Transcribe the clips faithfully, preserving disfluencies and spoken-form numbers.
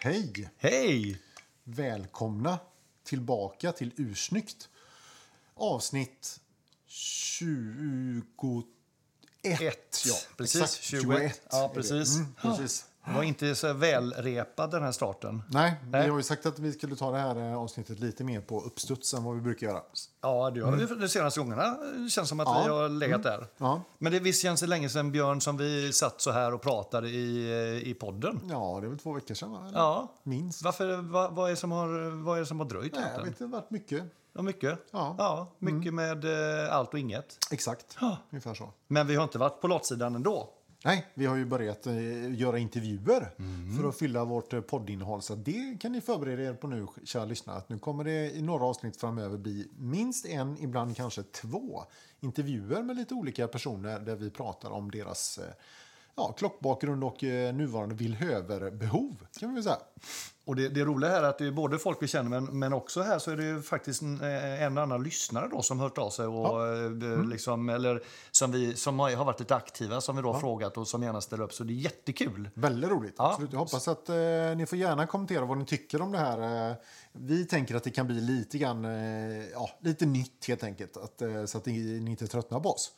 Hej! Hej! Välkomna tillbaka till Ursnyggt. Avsnitt tjugoett. Ett. Ja, precis. Exakt, tjugoett. Ja, precis. Mm, precis. Det var inte så välrepad den här starten. Nej, Nej. vi har ju sagt att vi skulle ta det här avsnittet lite mer på uppstuds än vad vi brukar göra. Ja, det har vi de senaste gångerna. Det känns som att Ja. vi har legat där. Ja, Men det visst känns det länge sedan, Björn, som vi satt så här och pratade i, i podden. ja det är väl två veckor sedan, va? Eller? Ja. Minst. Varför, vad, vad, är det som har, vad är det som har dröjt? Nej, jag egentligen? vet, det har varit mycket. Ja, mycket. Ja. Ja, mycket med eh, allt och inget. Exakt, Ja. ungefär så. Men vi har inte varit på lottsidan ändå. Nej, vi har ju börjat eh, göra intervjuer för att fylla vårt eh, poddinnehåll. Så det kan ni förbereda er på nu, kära lyssnare. Att nu kommer det i några avsnitt framöver bli minst en, ibland kanske två intervjuer med lite olika personer där vi pratar om deras eh, ja, klockbakgrund och eh, nuvarande villhöverbehov, kan vi väl säga. Och det, det roliga här är att det är både folk vi känner, men, men också här så är det ju faktiskt en, en annan lyssnare då som hört av sig och Ja. mm. liksom, eller som vi som har, har varit lite aktiva, som vi då Ja. frågat och som gärna ställer upp, så det är jättekul. Väldigt roligt. Ja. Absolut. Jag hoppas att eh, ni får gärna kommentera vad ni tycker om det här. Eh, vi tänker att det kan bli lite grann, eh, ja, lite nytt helt enkelt, att, eh, så att ni, ni inte tröttnar på oss.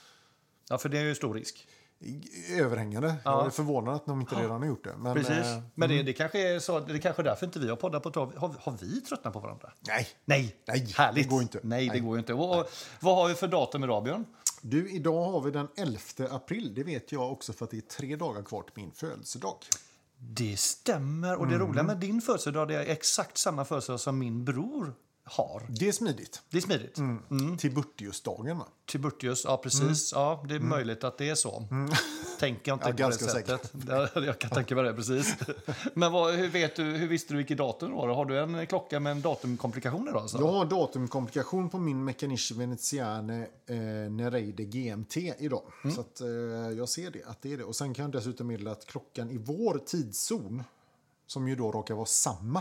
Ja, för det är ju stor risk. Överhängande. Ja. Jag är förvånad att de inte redan har gjort det. Men, Precis. eh, Men det, det kanske är så, det är kanske därför inte vi har poddat på ett tag. Har, har vi tröttnat på varandra? nej. Nej. Nej, Härligt. det går inte. Nej, det Nej. går ju inte. Och, och, vad har vi för datum idag, Björn? Du, idag har vi den elfte april. Det vet jag också för att det är tre dagar kvar till min födelsedag. Det stämmer. Och det roliga med din födelsedag, det är exakt samma födelsedag som min bror har. Det är smidigt. Det är smidigt. Mm. Till Burtiusdagen, va? Tiburtius, ja precis. Ja, det är möjligt att det är så. Tänker jag inte Ja, på ganska det sättet. Ja, jag kan tänka mig det, precis. Men vad, hur, vet du, hur visste du vilket datum det var? Har du en klocka med en datumkomplikation idag? Alltså? Jag har datumkomplikation på min Meccaniche Veneziane eh, Nereide G M T idag. Så att, eh, jag ser det, att det är det. Och sen kan jag dessutom meddela att klockan i vår tidszon, som ju då råkar vara samma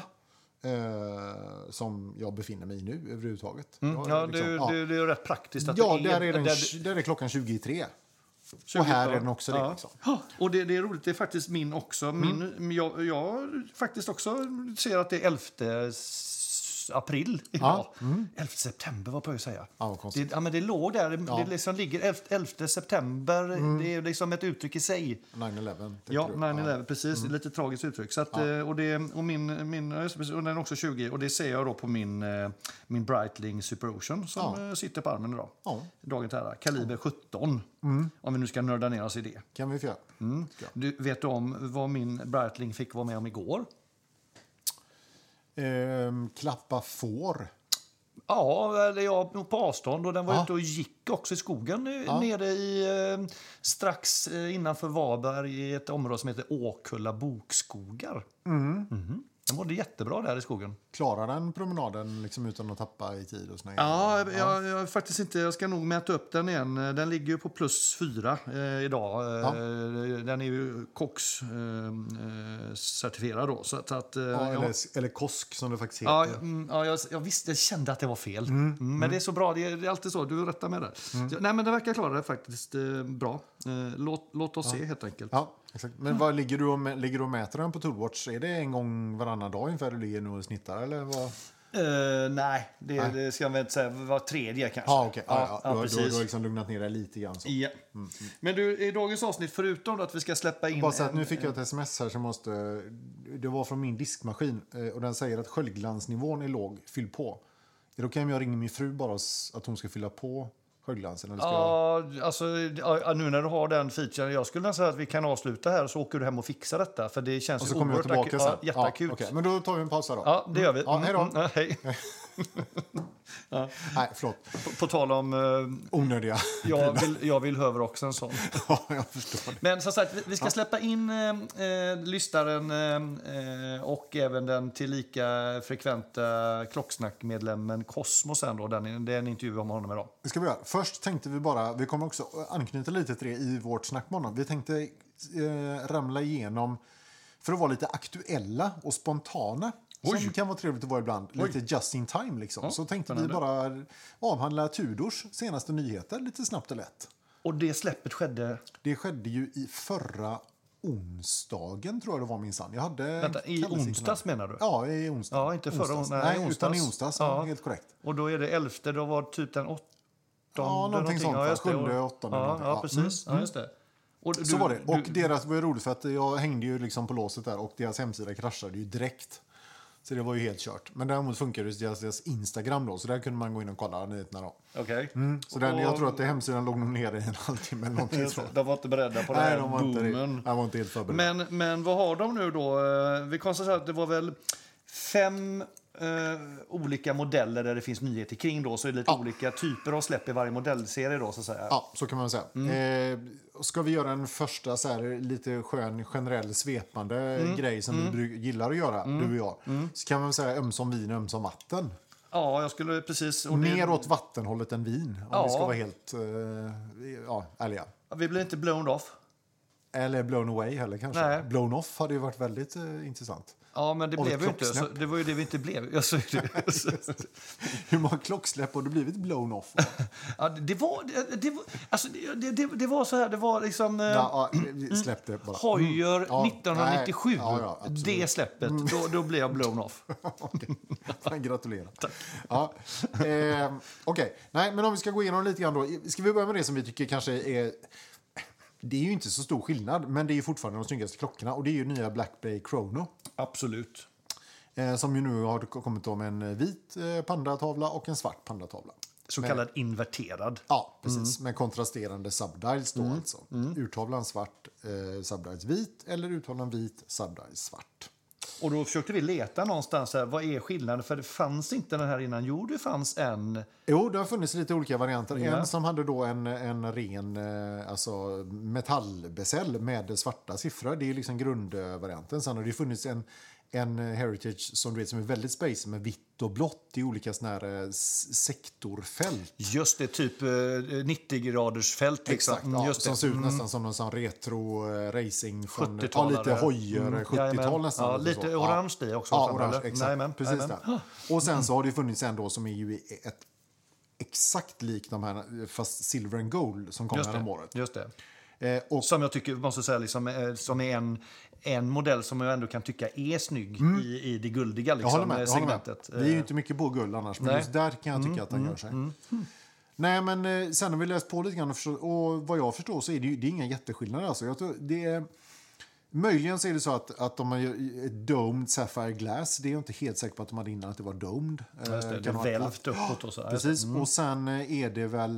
eh, som jag befinner mig i nu överhuvudtaget. Mm. Jag, Ja, liksom, det, ja. det, det är rätt praktiskt. Att Ja, det där är, den, där- där är klockan tjugo i tre. tjugo Och här är ja. den också det. Ja. Liksom. Ja, och det, det är roligt, det är faktiskt min också. Min, jag, jag faktiskt också ser att det är elfte april idag. Ja. Mm. elfte september, vad på jag säga. Ja, vad konstigt. Det, ja, men det låg där. Det, Ja. det liksom ligger elfte, elfte september. Det är liksom ett uttryck i sig. nio elva. Ja, du? nio elva, precis. Det är lite tragiskt uttryck. Så att, Ja. eh, och, det, och, min, min, och den är också tjugo. Och det ser jag då på min, eh, min Breitling Super Ocean som Ja. eh, sitter på armen idag. Ja, Dagen till ära. Kaliber sjutton. Om vi nu ska nörda ner oss i det. kan vi få göra. Mm. Du, vet du om vad min Breitling fick vara med om igår? Ehm, klappa får. Ja, eller jag på avstånd. Och den var Ja. ute och gick också i skogen eh, Ja. nere i eh, strax eh, innanför Varberg i ett område som heter Åkulla bokskogar. Mm. Mhm. Den mådde jättebra där i skogen. Klarar den promenaden liksom utan att tappa i tid och såna Ja, grejer? jag, jag, faktiskt inte. Jag ska nog mäta upp den igen. Den ligger ju på plus fyra eh, idag. Ja. Eh, Den är ju Cox eh, eh, certifierad då. Så att, att, eh, Ja, jag- eller, eller kosk som det faktiskt Ja, heter. mm, ja jag, jag visste, jag kände att det var fel. Mm, men det är så bra, det är, det är alltid så. Du rättar med det. Så, nej, men det verkar klara det faktiskt eh, bra. Eh, låt, låt oss se helt enkelt. Ja, exakt. Men vad ligger du och, mä- ligger du och mäter den på Toolwatch? Är det en gång varannan dag ungefär du ligger nu och snittar? Eller vad? Eh, nej, det, Nej. det ska jag väl inte säga. Var tredje kanske. Ja, okej. Ja, ja, ja, du, har- du, precis. du har liksom lugnat ner dig lite grann. Så. Ja. Men du, i dagens avsnitt, förutom att vi ska släppa in... Bara så att en- nu fick jag ett sms här som måste... Det var från min diskmaskin eh, och den säger att sköljglansnivån är låg. Fyll på. Är det okej om jag ringer min fru bara s- att hon ska fylla på sköljglansen? Eller ska jag... Ja, alltså, ja, nu när du har den featuren, jag skulle nästan säga att vi kan avsluta här så åker du hem och fixar detta. För det känns Och ju så kommer jag oerhört tillbaka akut. sen. Ja, jätteakut. Ja, okej. Men då tar vi en paus här då. Ja, det gör vi. Ja, hej då. Mm, mm, hej. Nej, förlåt. På, på tal om... Eh, Onödiga. jag, vill, jag vill höra också en sån. Ja, jag förstår det. Men som sagt, vi, vi ska släppa in eh, eh, lyssnaren eh, och även den tillika frekventa klocksnackmedlemmen Cosmo sen då. Den, den intervju om honom idag. Det ska vi göra. Först tänkte vi bara, vi kommer också anknyta lite till det i vårt snack med honom. Vi tänkte eh, ramla igenom, för att vara lite aktuella och spontana. Oj. Som kan vara trevligt att vara ibland. Oj. Lite just in time liksom. Ja, så tänkte spännande. vi bara avhandla Tudors senaste nyheter lite snabbt och lätt. Och det släppet skedde... Det skedde ju i förra onsdagen tror jag det var minsann. Jag hade Vänta, i onsdags menar du? Ja, i onsdag. Ja, inte förra onsdags. nej, Nej, onsdags. utan i onsdags. Ja. Helt korrekt. Och då är det elfte, då var typ den åttonde. Ja, någonting sånt. Ja, sjunde, åttonde. Ja, ja, precis. Mm. Ja, just det. Och Så du, var det. Och du, deras var ju roligt för att jag hängde ju liksom på låset där och deras hemsida kraschade ju direkt. Så det var ju helt kört. Men däremot funkar det deras, deras Instagram då. Så där kunde man gå in och kolla nyheterna då. Okej. Okay. Mm, så den, jag tror att det hemsidan låg nog nere i en halvtimme eller någonting. Så. De var inte beredda på det Nej, här de var boomen. inte, de var inte helt förberedda. Men, men vad har de nu då? Vi konstaterar att det var väl fem eh, olika modeller där det finns nyheter kring då. Så är det lite ja. olika typer av släpp i varje modellserie då så att säga. Ja, så kan man säga. Mm. Eh, ska vi göra en första så här, lite skön, generell, svepande mm. grej som mm. vi gillar att göra, mm. du och jag. Mm. Så kan man säga ömsom vin, ömsom vatten. Ja, jag skulle precis... Och Mer det... åt vattenhållet än vin, om ja. vi ska vara helt eh, ja, ärliga. Vi blir inte blown off. Eller blown away heller kanske. Nej. Blown off hade ju varit väldigt eh, intressant. Ja, men det blev ju inte. Så det var ju det vi inte blev. Jag sa det. Hur många klocksläpp har du blivit blown off? Ja, det var... Det, det, var alltså, det, det, det var så här, det var liksom... Eh, ja, ja, släpp det bara. Hoyer mm. ja, nittonhundranittiosju, ja, ja, det släppet, mm. då, då blev jag blown off. Okay. Gratulerar. Tack. Ja. Eh, Okej, okay. Nej, men om vi ska gå igenom lite grann då. Ska vi börja med det som vi tycker kanske är... Det är ju inte så stor skillnad, men det är ju fortfarande de snyggaste klockorna. Och det är ju nya Black Bay Chrono. Absolut. Eh, som ju nu har kommit med en vit eh, pandatavla och en svart pandatavla. Så med, kallad inverterad. Ja, precis. Mm. Med kontrasterande subdials då mm. alltså. Mm. Urtavlan svart, eh, subdials vit. Eller urtavlan vit, subdials svart. Och då försökte vi leta någonstans här, vad är skillnaden? För det fanns inte den här innan. Jo, det fanns en. Jo, det har funnits lite olika varianter. Ja. En som hade då en, en ren alltså, metallbesäll med svarta siffror. Det är liksom grundvarianten. Sen har det funnits en, en Heritage som, du vet, som är väldigt space med vitt och blått i olika såna här sektorfält. Just det, typ nittio graders fält. Liksom. Exakt, ja, Just som det. ser ut Mm. nästan som någon sån retro racing från sjuttiotalare. Ja, lite hojer, mm. sjuttiotal nästan. Ja, lite så. Orange i också. Ja, orange, exakt. Nämen, precis nämen. där. Och sen så har det funnits en då som är ju ett exakt lik de här, fast silver and gold som kom här om året. Just det. Eh, och, som jag tycker, måste säga, liksom, som är en, en modell som jag ändå kan tycka är snygg mm. i, i det guldiga liksom, jag håller med, jag segmentet. Håller med. Det är ju inte mycket på guld annars, men Nej. just där kan jag tycka mm, att den mm, gör sig. Mm, mm. Nej, men eh, sen har vi läst på lite grann och, förstå, och vad jag förstår så är det, ju, det är inga jätteskillnader. Alltså. Jag tror, det är, möjligen så är det så att, att de har ett domed sapphire glass. Det är jag inte helt säker på att de hade innan att det var domed. Just det, det är välvt uppåt och så. Precis, mm. och sen är det väl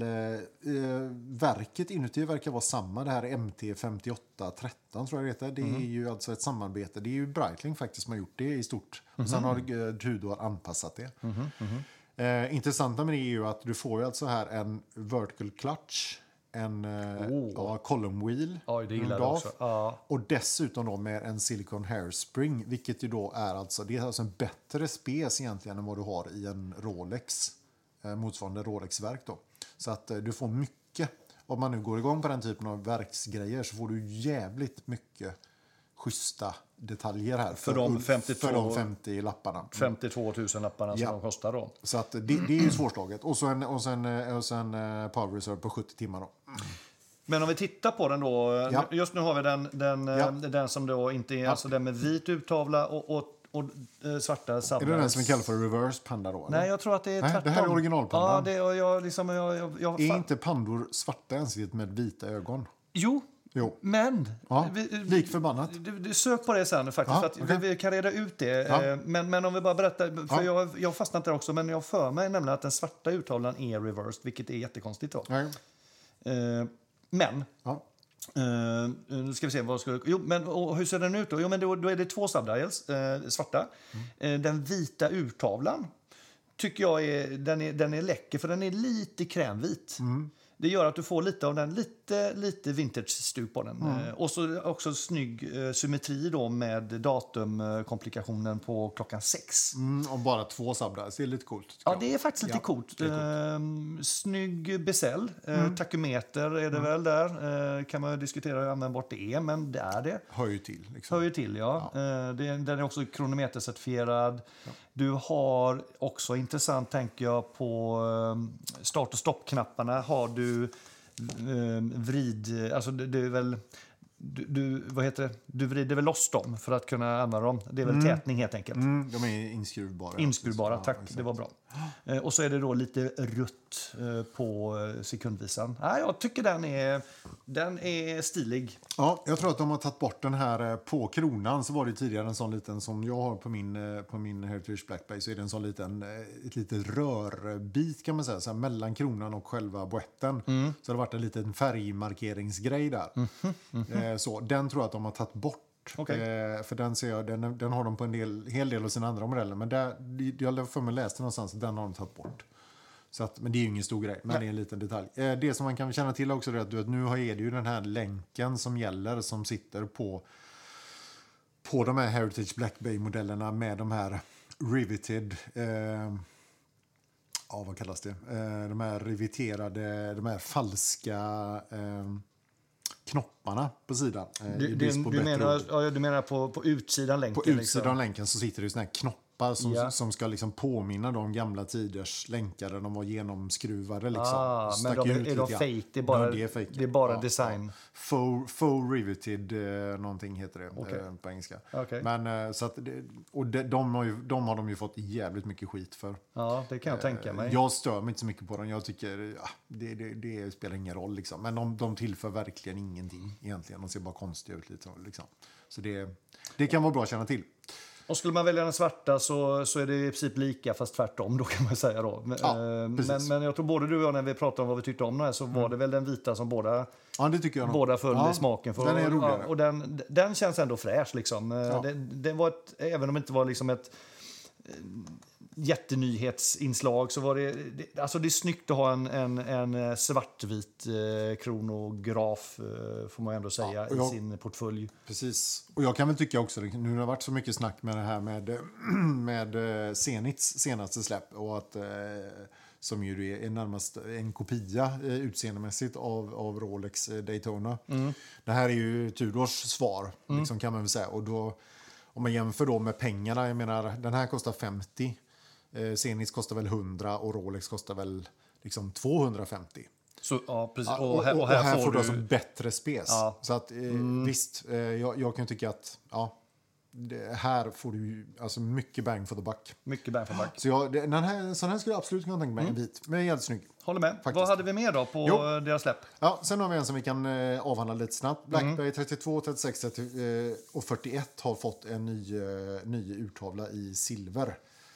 eh, verket inuti verkar vara samma. Det här M T femtioåtta tretton tror jag det heter. Det är mm. ju alltså ett samarbete. Det är ju Breitling faktiskt som har gjort det i stort. Mm. Och sen har Tudor anpassat det. Mm. Mm. Eh, intressanta med det är ju att du får ju alltså här en vertical clutch, en oh. ja, column wheel, Oj, det gillar jag också. Ja. Och dessutom då med en silicon hairspring, vilket ju då är alltså, det är alltså en bättre spec egentligen än vad du har i en Rolex, eh, motsvarande Rolex-verk då. Så att eh, du får mycket, om man nu går igång på den typen av verksgrejer så får du jävligt mycket schyssta detaljer här. För, för, de, femtiotvå, för de femtio lapparna. Mm. femtiotvå tusen lapparna som ja. de kostar då. Så att det, det är ju svårslaget. Och sen, och sen, och sen uh, power reserve på sjuttio timmar då. Mm. Men om vi tittar på den då. Ja. Just nu har vi den, den, ja. den som då inte är, ja. alltså den med vit uttavla och, och och äh, svarta subdials. Är det den som vi kallar för reverse panda då? Eller? Nej, jag tror att det är tvärtom. Det här är originalpandan. Ja, det, och jag, liksom, jag, jag, jag, är inte pandor svarta ensidigt med vita ögon? Jo, jo. men... Ja, lik förbannat. Du, du sök på det sen faktiskt, ja, för att okay. vi, vi kan reda ut det. Ja. Men, men om vi bara berättar, för ja. jag, jag fastnat där också, men jag för mig nämligen att den svarta uttavlan är reversed, vilket är jättekonstigt då. Ja. Uh, men... Ja. Uh, nu ska vi se vad ska jo, men och hur ser den ut då? Jo, men då, då är det två subdials, uh, svarta. Mm. Uh, den vita urtavlan tycker jag är den är den är läcker för den är lite krämvit. Mm. Det gör att du får lite av den lite lite vintage-stuk på den. Mm. Uh, och så också snygg uh, symmetri då med datumkomplikationen på klockan sex. Mm, och bara två subdials, det är lite coolt. Ja, det är faktiskt lite ja, coolt. coolt. Uh, snygg besäll. Uh, mm. Tachometer är det mm. väl där. Uh, kan man diskutera hur användbart det är, men det är det. Hör ju till. Liksom. Hör ju till, ja. ja. Uh, det, den är också kronometercertifierad. Ja. Du har också, intressant tänker jag, på um, start- och stoppknapparna har du um, vrid... Alltså det, det är väl... du, du, vad heter det? Du vrider väl loss dem för att kunna använda dem. Det är väl Mm. tätning helt enkelt. Mm, de är inskruvbara. Inskruvbara, Ja, tack. exakt. Det var bra. Eh, och så är det då lite rutt eh, på eh, sekundvisan. Ah, jag tycker den är, den är stilig. Ja, jag tror att de har tagit bort den här eh, på kronan. Så var det tidigare en sån liten som jag har på min, eh, på min Heritage Black Bay. Så är det en sån liten, eh, ett litet rörbit kan man säga. Så här, mellan kronan och själva boetten. Mm. Så det har varit en liten färgmarkeringsgrej där. Mm-hmm, mm-hmm. Eh, så, den tror jag att de har tagit bort. Okay. Eh, för den ser jag, den, den har de på en del, hel del av sina andra modeller. Men där, jag har för mig läst någonstans att den har de tagit bort. Så att, men det är ju ingen stor grej, men Nej. det är en liten detalj. Eh, det som man kan känna till också är att, du, att nu är det ju den här länken som gäller som sitter på, på de här Heritage Black Bay-modellerna med de här riveted... Eh, ja, vad kallas det? Eh, de här riviterade, de här falska... Eh, knopparna på sidan. Eh, du, du, på du, menar, ja, du menar på, på utsidan länken? På utsidan liksom. länken så sitter det såna här knoppar som, ja. som ska liksom påminna de gamla tiders länkar där de var genomskruvade. Liksom. Ah, men de, är, är de fake? Det är bara, ja, det är fake. Det är bara ja, design? Ja. Faux, faux riveted eh, någonting heter det okay. eh, på engelska. Okay. Men, eh, så att det, och de, de, har ju, de har de ju fått jävligt mycket skit för. Ja, det kan jag eh, tänka mig. Jag stör mig inte så mycket på dem. Jag tycker ja, det, det, det spelar ingen roll. Liksom. Men de, de tillför verkligen ingenting egentligen. De ser bara konstiga ut lite. Liksom. Så det, det kan vara bra att känna till. Och skulle man välja den svarta så, så är det i princip lika fast tvärtom då kan man säga då. Men, ja, men, men jag tror både du och jag när vi pratade om vad vi tyckte om den här så mm. var det väl den vita som båda, ja, det tycker jag båda föll ja, i smaken. För, den är roligare. Ja, och den, den känns ändå fräsch liksom. Ja. Det, det var ett, även om det inte var liksom ett jättenyhetsinslag så var det, det alltså det är snyggt att ha en, en, en svartvit eh, kronograf eh, får man ändå säga ja, jag, i sin portfölj. Precis. Och jag kan väl tycka också, nu har det varit så mycket snack med det här med, med Zenits senaste släpp och att eh, som ju är närmast en kopia eh, utseendemässigt av, av Rolex Daytona. Mm. Det här är ju Tudors svar mm. liksom, kan man väl säga. Och då om man jämför då med pengarna, jag menar den här kostar femtio, eh, Zenit kostar väl hundra och Rolex kostar väl liksom tvåhundrafemtio. Så, ja, precis. Ja, och, och, här, och här får, får du alltså bättre spes. Ja. Så att, eh, mm. visst, eh, jag, jag kan tycka att ja, det, här får du alltså mycket bang for the buck. Mycket bang for the buck. Så jag, den här, sån här skulle jag absolut kunna tänka mig mm. en vit. Men jävligt snygg. Håller med. Faktiskt. Vad hade vi mer då på jo. deras släpp? Ja, sen har vi en som vi kan eh, avhandla lite snabbt. Black mm. Bay trettiotvå, trettiosex trettio, eh, och fyrtioett har fått en ny, eh, ny urtavla i silver.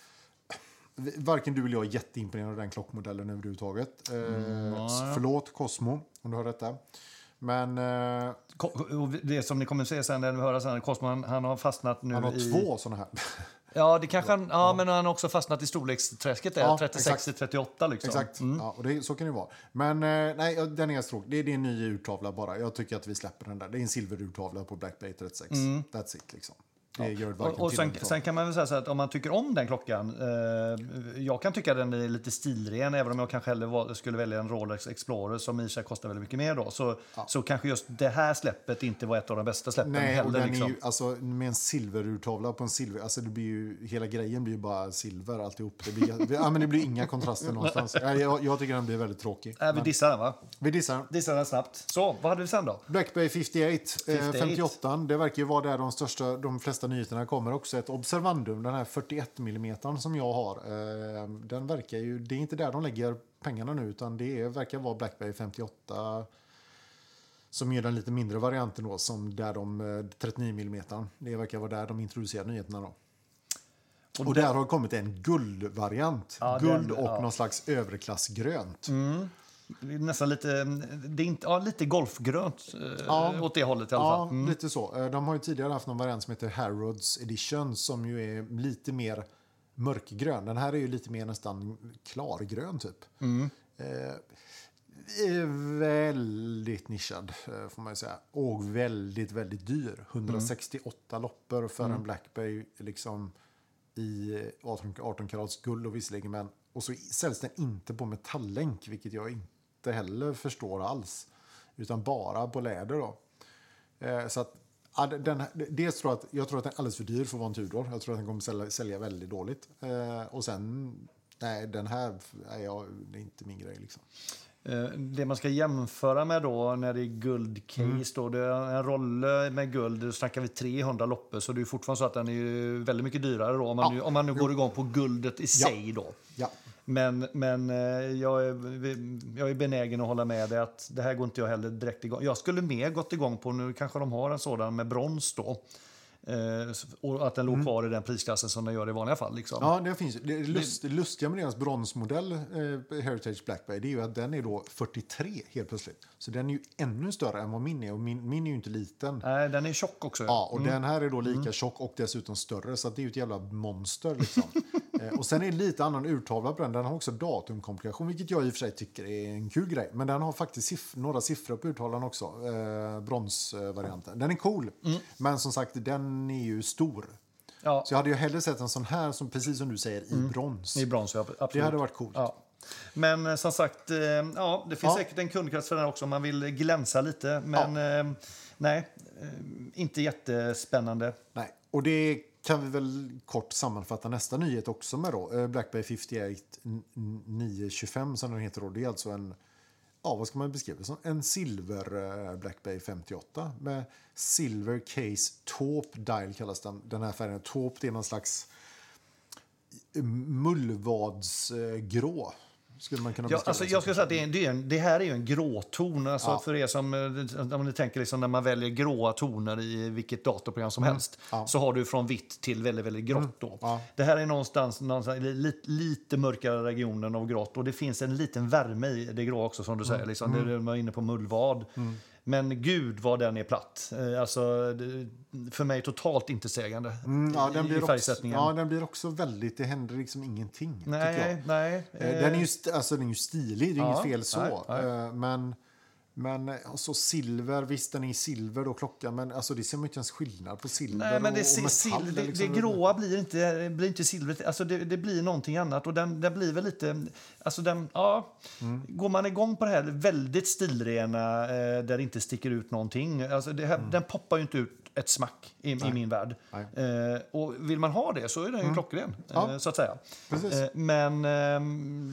Varken du eller jag är jätteimponerad av den klockmodellen överhuvudtaget. Eh, mm. Förlåt Cosmo om du har detta. Men eh, det som ni kommer att se sen när vi hör sen, Cosmo han, han har fastnat nu han har i... två såna här. Ja, det kanske han, ja, ja, men han har också fastnat i storleksträsket där, ja, trettiosex till trettioåtta liksom. Exakt, mm. ja, och det, så kan det vara. Men eh, nej, den är stråk. Det, det är en ny urtavla bara. Jag tycker att vi släpper den där. Det är en silverurtavla på Black Bay trettiosex. Mm. That's it liksom. Det ja. gör och och sen, sen kan man väl säga så att om man tycker om den klockan, eh, jag kan tycka att den är lite stilren, även om jag kanske hellre var, skulle välja en Rolex Explorer som i sig kostar väldigt mycket mer då, så, ja. så kanske just det här släppet inte var ett av de bästa släppen. Nej, heller. Och den liksom. är ju, alltså, med en silverurtavla på en silver, alltså det blir ju, hela grejen blir ju bara silver alltihop. Det blir, ja, men det blir inga kontraster någonstans. Jag, jag tycker den blir väldigt tråkig. Äh, vi dissar den va? Vi dissar. Dissar den snabbt. Så, vad hade vi sen då? Black Bay femtioåtta, femtioåtta. Eh, femtioåtta, det verkar ju vara där de största, de flesta nyheterna kommer också. Ett observandum, den här fyrtioett millimeter som jag har, eh, den verkar ju, det är inte där de lägger pengarna nu, utan det är, verkar vara Black Bay femtioåtta som är den lite mindre varianten då, som där de eh, trettionio millimeter. Det verkar vara där de introducerar nyheterna då. Och, och där har kommit en guldvariant. Ja, Guld den, och ja. någon slags överklassgrönt. Mm. Nästan lite, det är inte, ja, lite golfgrönt ja, åt det hållet i alla fall. Mm. Ja, lite så. De har ju tidigare haft någon variant som heter Harrods Edition som ju är lite mer mörkgrön. Den här är ju lite mer nästan klargrön typ. Mm. Eh, väldigt nischad får man ju säga. Och väldigt, väldigt dyr. hundrasextioåtta mm. loppor för mm. en Black Bay liksom i arton karats guld och visserligen, men och så säljs den inte på metalllänk, vilket jag inte heller förstår alls, utan bara på läder då. Eh, så att ja, den, dels tror jag, att, jag tror att den är alldeles för dyr för att vara en Tudor. Jag tror att den kommer sälja, sälja väldigt dåligt. Eh, och sen, nej, den här är, jag, det är inte min grej liksom. Det man ska jämföra med då när det är guldcase mm. då, det är en rolle med guld, då snackar vi trehundra loppor, så det är fortfarande så att den är ju väldigt mycket dyrare då, om man, ja. nu, om man nu går igång på guldet i ja. sig då. Ja. Men, men jag, är, jag är benägen att hålla med dig att det här går inte jag heller direkt igång. Jag skulle mer gått igång på, nu kanske de har en sådan med brons då. Eh, och att den låg kvar mm. i den prisklassen som den gör i vanliga fall. Liksom. Ja, det finns det lust, det lustiga med deras bronsmodell eh, Heritage Black Bay, det är ju att den är då fyrtiotre helt plötsligt. Så den är ju ännu större än vad min är, och min, min är ju inte liten. Nej, den är tjock också. Ja, och mm. den här är då lika mm. tjock och dessutom större, så att det är ju ett jävla monster liksom. eh, och sen är det lite annan urtavla på den. Den har också datumkomplikation, vilket jag i och för sig tycker är en kul grej. Men den har faktiskt siff- några siffror på urtavlan också, eh, bronsvarianten. Den är cool, mm. men som sagt, den är ju stor. Ja. Så jag hade ju hellre sett en sån här, som precis som du säger, i mm. brons. I brons, ja, absolut. Det hade varit coolt. Ja. Men som sagt, ja, det finns ja. säkert en kundkrets för den också om man vill glänsa lite. Men ja. eh, nej, inte jättespännande. Nej, och det kan vi väl kort sammanfatta nästa nyhet också med då. Black Bay femtioåtta nio tjugofem som den heter då. Det är alltså en, ja, vad ska man beskriva som? En silver Black Bay femtioåtta med silver case taupe dial kallas den. Den här färgen, taupe, det är någon slags mullvadsgrå. Skulle man kunna ja, alltså, jag skulle säga att det, är, det, är en, det här är ju en gråton. Alltså, ja. För er som, om ni tänker liksom, när man väljer gråa toner i vilket datorprogram som mm. helst, ja. så har du från vitt till väldigt, väldigt grått. Då. Mm. Ja. Det här är någonstans, någonstans lite, lite mörkare regionen av grått, och det finns en liten värme i det grå också, som du säger. Liksom. Mm. Det är man inne på mullvad. Mm. Men gud vad den är platt. Alltså, för mig totalt intetsägande mm, ja, den i, blir i färgsättningen. Också, ja, den blir också väldigt, det händer liksom ingenting. Nej, nej. Den är ju, alltså, den är ju stilig, det är ja, inget fel så. Nej, nej. Men, men alltså, silver, visst den är i silver då, klockan, men alltså, det ser man inte ens skillnad på silver. Nej, men det, och, och metall, sil- det, liksom. det gråa blir inte, blir inte silvret, alltså det, det blir någonting annat, och den, den blir väl lite, alltså den, ja, mm. går man igång på det här väldigt stilrena, eh, där det inte sticker ut någonting, alltså det här, mm. den poppar ju inte ut ett smack i, i min värld. Eh, och vill man ha det så är den ju mm. klockren, ja. eh, så att säga. Eh, men eh,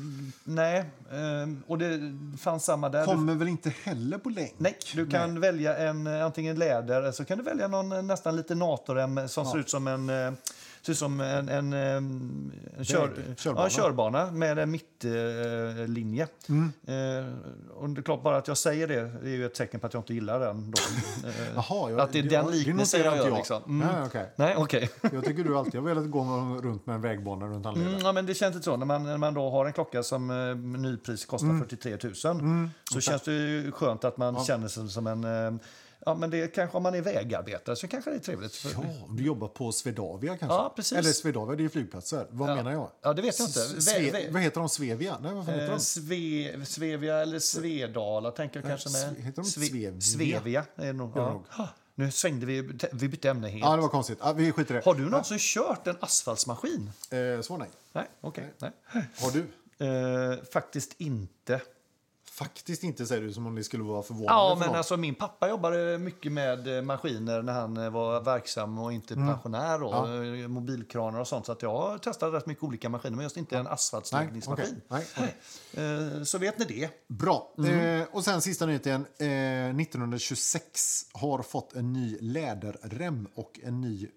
nej, eh, och det fanns samma där. Kommer du, väl inte heller på längd? Nej, du kan nej. välja en, antingen läder, eller så kan du välja någon nästan lite natorem som ja. ser ut som en ser ut som en, en, en, en kör, körbana. Ja, körbana med en mittlinje. Eh, mm. eh, och det är klart, bara att jag säger det, det är ju ett tecken på att jag inte gillar den. Då. Eh, Jaha, jag, att det är den liknelsen jag gör. Liksom. Mm. Nej, okay. Nej, okay. Jag tycker du alltid har velat gå runt med en vägbana runt anledningen. Mm, ja, men det känns inte så. När man, när man då har en klocka som eh, nypris kostar mm. fyrtiotre tusen mm. så okay. känns det ju skönt att man ja. känner sig som en... Eh, Ja, men det kanske om man är vägarbetare så kanske det är trevligt. Ja, du jobbar på Swedavia kanske? Ja, precis. Eller Swedavia, det är flygplatser. Vad ja. menar jag? Ja, det vet jag inte. Sve- vä- vad heter de? Svevia? Nej, vad fan heter de? Sve- Svevia eller Svedala tänker jag äh, kanske med. Heter de Svevia? Svevia är det nog. Ja. Ja. Nu svängde vi, vi bytte ämne helt. Ja, det var konstigt. Ja, vi skiter det. Har du någonsin ja. kört en asfaltsmaskin? Eh, så nej. Nej, okej. Okay. Nej. Har du? Eh, faktiskt inte. Faktiskt inte, säger du, som om det skulle vara förvånande. Ja, för men alltså, min pappa jobbade mycket med maskiner när han var verksam och inte mm. pensionär. Och ja. mobilkranar och sånt. Så att jag har testat rätt mycket olika maskiner, men just inte en asfaltsläggningsmaskin. Nej, okay. Nej, okay. Så vet ni det. Bra. Mm. Eh, och sen sista nyheten. Eh, nittonhundratjugosex har fått en ny läderrem och en ny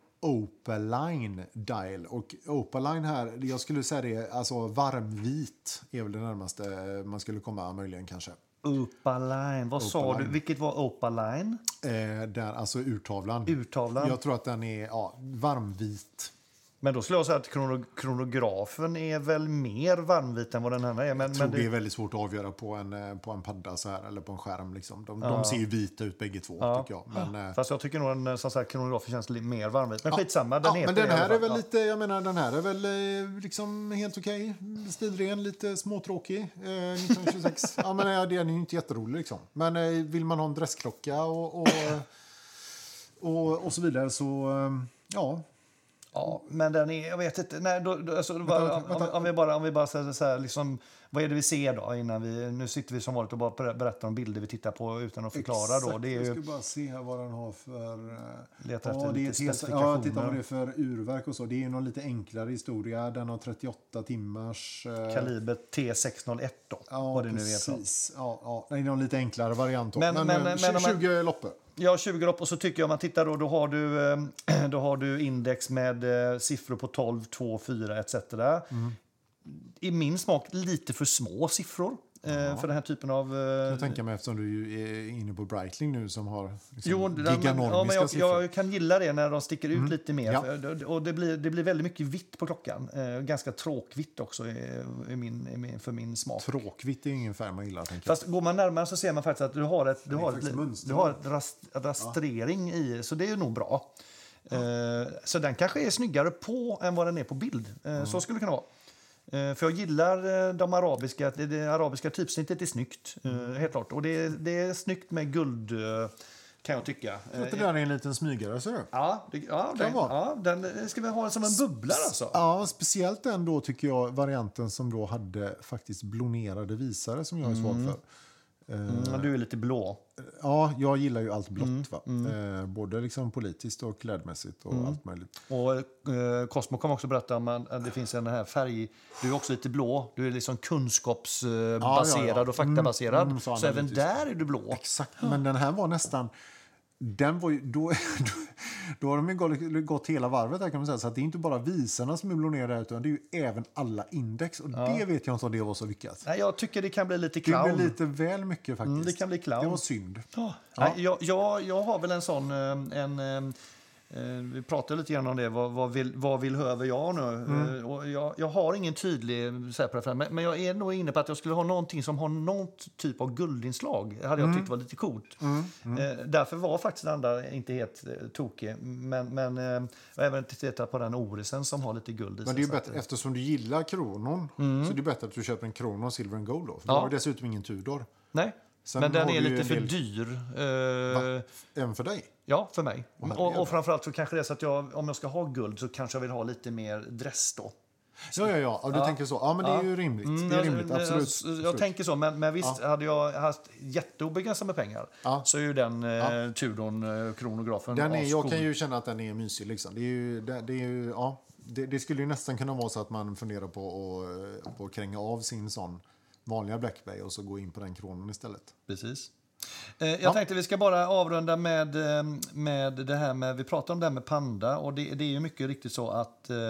Opaline dial. Och Opaline här, jag skulle säga det, alltså varmvit är väl det närmaste man skulle komma möjligen kanske. Opaline, vad Opaline. sa du? Vilket var Opaline? Eh, där, alltså urtavlan. Urtavlan. Jag tror att den är ja, varmvit. Men då skulle jag säga att krono- kronografen är väl mer varmvit än vad den här är. Men, jag tror men det... det är väldigt svårt att avgöra på en, på en padda så här, eller på en skärm. Liksom. De, ja. de ser ju vita ut bägge två, ja. tycker jag. Men, fast jag tycker nog den som sagt, kronografen känns mer varmvit. Men ja. skitsamma, den ja, heter men den här är väl lite, jag menar, den här är väl liksom helt okej. Okay. Stilren, lite småtråkig. Eh, nittonhundratjugosex. ja, men ja, den är ju inte jätterolig liksom. Men eh, vill man ha en dressklocka och, och, och, och så vidare så, eh, ja... Ja, men den är, jag vet inte, nej, då, då, alltså, Vänta, bara, vänta, vänta. Om, om vi bara, om vi bara säger så här, liksom, vad är det vi ser då innan vi, nu sitter vi som vanligt och bara berättar om bilder vi tittar på utan att förklara. Exakt, då. Det är jag ju, ska bara se här vad den har för... Leta ja, efter det är lite ett, specifikationer. ja, titta vad det är för urverk och så. Det är ju någon lite enklare historia. Den har trettioåtta timmars... Eh... Kaliber T sex noll ett då, ja, vad det nu precis. är. Ja, ja, det är någon lite enklare variant. Men, men, men, men, men, tjugo men loppor. Ja, tjugo lopp. Och så tycker jag, om man tittar då, då har du, eh, då har du index med eh, siffror på tolv, två, fyra et cetera. Mm. I min smak lite för små siffror eh, ja. för den här typen av... Eh, jag tänker mig, eftersom du är inne på Breitling nu som har liksom jo, giganormiska men, ja, men jag, siffror. jag kan gilla det när de sticker ut mm. lite mer. Ja. För, och det blir, det blir väldigt mycket vitt på klockan. Eh, ganska tråkvitt också i, i min, i min, för min smak. Tråkvitt är ingen färg man gillar. Fast går man närmare så ser man faktiskt att du har ett, du har ett, du har ett rast, rastrering ja. i, så det är nog bra. Ja. Eh, så den kanske är snyggare på än vad den är på bild. Eh, mm. Så skulle det kunna vara. Uh, för jag gillar uh, de arabiska, det, det arabiska typsnittet är snyggt, uh, helt klart. Och det, det är snyggt med guld, uh, kan jag tycka. Jag tror det där är en liten smygare, ser du? Ja, det, ja, den, ja, den ska vi ha som en bubbla alltså. Ja, speciellt den då tycker jag, varianten som då hade faktiskt blonerade visare som jag är svag för. Mm, du är lite blå. Ja, jag gillar ju allt blått. Mm, va? mm. Eh, både liksom politiskt och klädmässigt och mm. allt möjligt. Och eh, Cosmo kommer också berätta om att det finns en här färg. Du är också lite blå. Du är liksom kunskapsbaserad ja, ja, ja. och faktabaserad. Mm, mm, så så även där är du blå. Exakt, men den här var nästan... Den var ju, då, då, då har de ju gått, gått hela varvet här, kan man säga. Så att det är inte bara visarna som är blonerade, utan det är ju även alla index. Och ja. det vet jag inte om det var så lyckat. Nej, jag tycker det kan bli lite clown. Det blir lite väl mycket faktiskt. Mm, det kan bli clown. Det var synd. Oh. Ja. Nej, jag, jag, jag har väl en sån... En, en, vi pratade lite grann om det. Vad, vad, vill, vad vill höver jag nu? Mm. Och jag, jag har ingen tydlig så här preferens, men jag är nog inne på att jag skulle ha någonting som har någon typ av guldinslag. Det hade jag mm. tyckt var lite coolt. Mm. Mm. Därför var faktiskt den andra inte helt tokig. Men, men även titta på den orisen som har lite guld i. Men det är ju bättre, eftersom du gillar kronon mm. så är det bättre att du köper en kronon silver and gold då. För ja. du har dessutom ingen Tudor. Nej. Sen men den är lite för del... dyr. Uh... Även för dig? Ja, för mig. Och, och framförallt så kanske det är så att jag, om jag ska ha guld så kanske jag vill ha lite mer dress då. Ja, ja, ja. ja du ja. tänker så. Ja, men det är ju rimligt. Mm, det är rimligt, jag, absolut. Jag, jag, jag tänker så, men, men visst, ja. hade jag haft jätteobegränsat med pengar ja. så är ju den ja. eh, Tudorn, eh, kronografen... Den är, jag kan ju känna att den är mysig. Liksom. Det, är ju, det, det, är ju, ja, det, det skulle ju nästan kunna vara så att man funderar på att, på att kränga av sin sån vanliga Black Bay och så gå in på den kronan istället. Precis. Eh, jag ja. tänkte vi ska bara avrunda med, med det här med, vi pratar om det här med panda och det, det är ju mycket riktigt så att eh,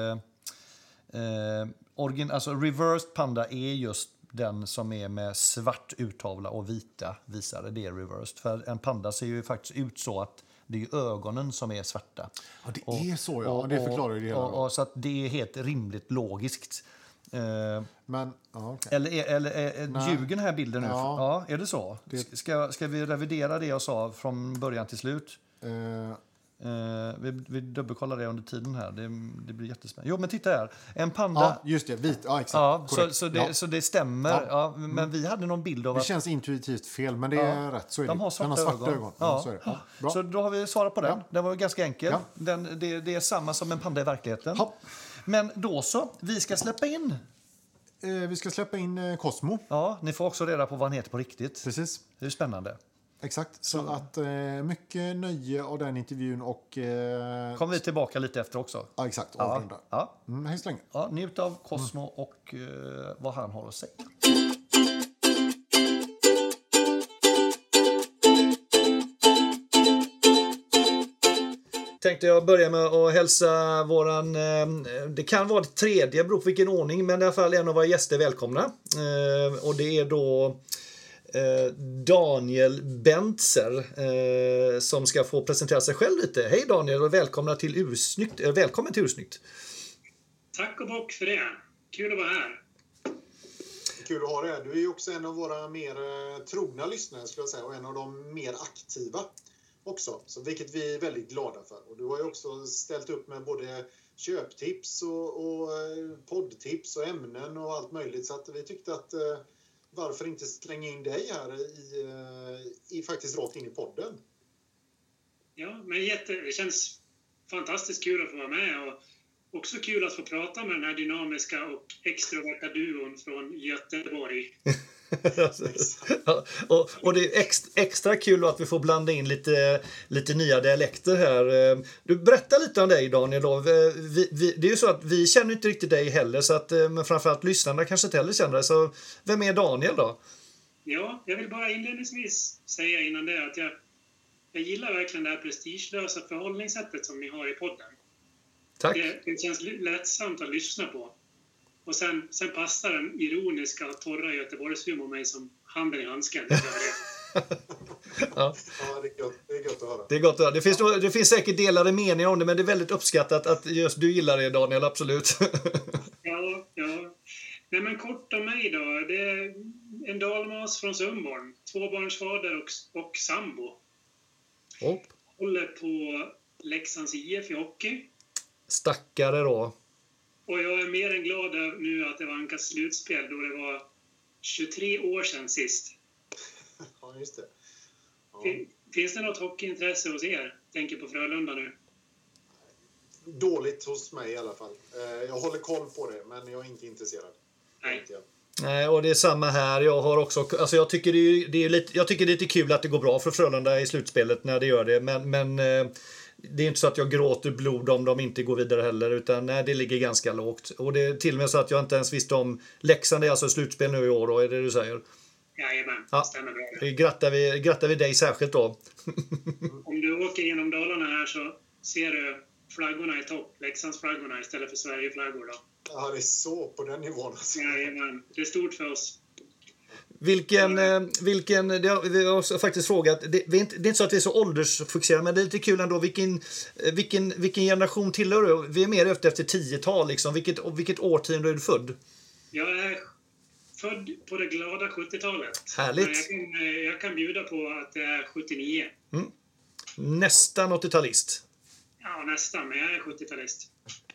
eh, origin, alltså reversed panda är just den som är med svart uttavla och vita visare, det är reversed. För en panda ser ju faktiskt ut så att det är ögonen som är svarta. Ja, det och, är så, ja. Och, det förklarar ju det hela. Och, och, så att det är helt rimligt logiskt. Uh, men, ja, okay. Eller, eller, eller ljuger den här bilden nu? Ja, ja är det så? Det... Ska, ska vi revidera det jag sa från början till slut? Uh... Uh, vi, vi dubbelkollar det under tiden här. Det, det blir jättespännande. Jo, men titta här. En panda... Ja, just det. Vit. Ja, exakt. Ja, så, så, det, ja. så det stämmer. Ja. Ja, men mm. vi hade någon bild av det att... Det känns intuitivt fel, men det är ja. rätt. Så är De det. har svarta, Den har svarta ögon. ögon. Ja. Ja, så, är det. Ja, bra. Så då har vi svarat på den. Ja. Den var ganska enkel. Ja. Den, det, det är samma som en panda i verkligheten. Ja. Men då så. Vi ska släppa in... Eh, vi ska släppa in eh, Cosmo. Ja, ni får också reda på vad han heter på riktigt. Precis. Det är spännande. Exakt, så mm. att eh, mycket nöje av den intervjun och... Eh, kommer vi tillbaka lite efter också. Ja, exakt. Ja. Ja. Mm, hej så länge. Ja, njut av Cosmo mm. och eh, vad han har att säga. Tänkte jag börja med att hälsa våran, eh, det kan vara det tredje, beror på vilken ordning, men i alla fall en av våra gäster välkomna. Eh, och det är då Eh, Daniel Bentzer eh, som ska få presentera sig själv lite. Hej Daniel och välkomna till Ursnyggt. Eh, välkommen till Ursnyggt. Tack och bock för det. Kul att vara här. Kul att ha dig här. Du är ju också en av våra mer eh, trogna lyssnare skulle jag säga och en av de mer aktiva också. Så, vilket vi är väldigt glada för. Och du har ju också ställt upp med både köptips och, och poddtips och ämnen och allt möjligt. Så att vi tyckte att eh, varför inte slänga in dig här i, i faktiskt rakt in i podden? Ja, men jätte, det känns fantastiskt kul att få vara med och också kul att få prata med den här dynamiska och extroverta duon från Göteborg. Ja, och, och det är extra, extra kul att vi får blanda in lite, lite nya dialekter här. Du berättar lite om dig, Daniel. Då. Vi, vi, det är ju så att vi känner inte riktigt dig heller, så att, men framförallt lyssnarna kanske inte heller känner dig. Så vem är Daniel då? Ja, jag vill bara inledningsvis säga innan det att jag, jag gillar verkligen det här prestigelösa förhållningssättet som ni har i podden. Tack. Det, det känns lättsamt att lyssna på. Och sen, sen passar den ironiska och torra Göteborgshumor mig som handen i handsken. Ja. Ja, det är gott, det är gott att höra. Det är gott att höra. Det finns, det finns säkert delade meningar om det, men det är väldigt uppskattat att just du gillar det, Daniel, absolut. Ja, ja. Nej, men kort om mig då. Det är en dalmas från Sundborn. Tvåbarnsfader och, och sambo. Hopp. Håller på Leksands I F i hockey. Stackare då. Och jag är mer än glad nu att det var Ankas slutspel då det var tjugotre år sedan sist. Ja, just det. Ja. Finns det något hockeyintresse hos er? Tänker på Frölunda nu. Dåligt hos mig i alla fall. Jag håller koll på det, men jag är inte intresserad. Nej. Nej, och det är samma här. Jag har också, alltså jag tycker det är, det är lite, jag tycker det är lite kul att det går bra för Frölunda i slutspelet när det gör det, men, men det är inte så att jag gråter blod om de inte går vidare heller, utan nej, det ligger ganska lågt. Och det är till och med så att jag inte ens visste om Leksand är alltså slutspel nu i år då, är det du säger? Jajamän, ja, stämmer bra. Det grattar vi, grattar vi dig särskilt då. Om du åker genom Dalarna här så ser du flaggorna i topp, Leksands flaggorna istället för Sverigeflaggor då. Ja, det är så på den nivån. Alltså. Jajamän, det är stort för oss. Vilken, vilken det har, vi har faktiskt frågat, det, det, är inte, det är inte så att vi är så åldersfokuserade, men det är lite kul ändå, vilken, vilken, vilken generation tillhör du? Vi är mer efter efter tiotal, liksom. vilket, vilket årtionde är du född? Jag är född på det glada sjuttiotalet. Härligt. Jag kan, jag kan bjuda på att det är sjuttionio. Mm. Nästan åttiotalist. Ja, nästan, men jag är sjuttiotalist.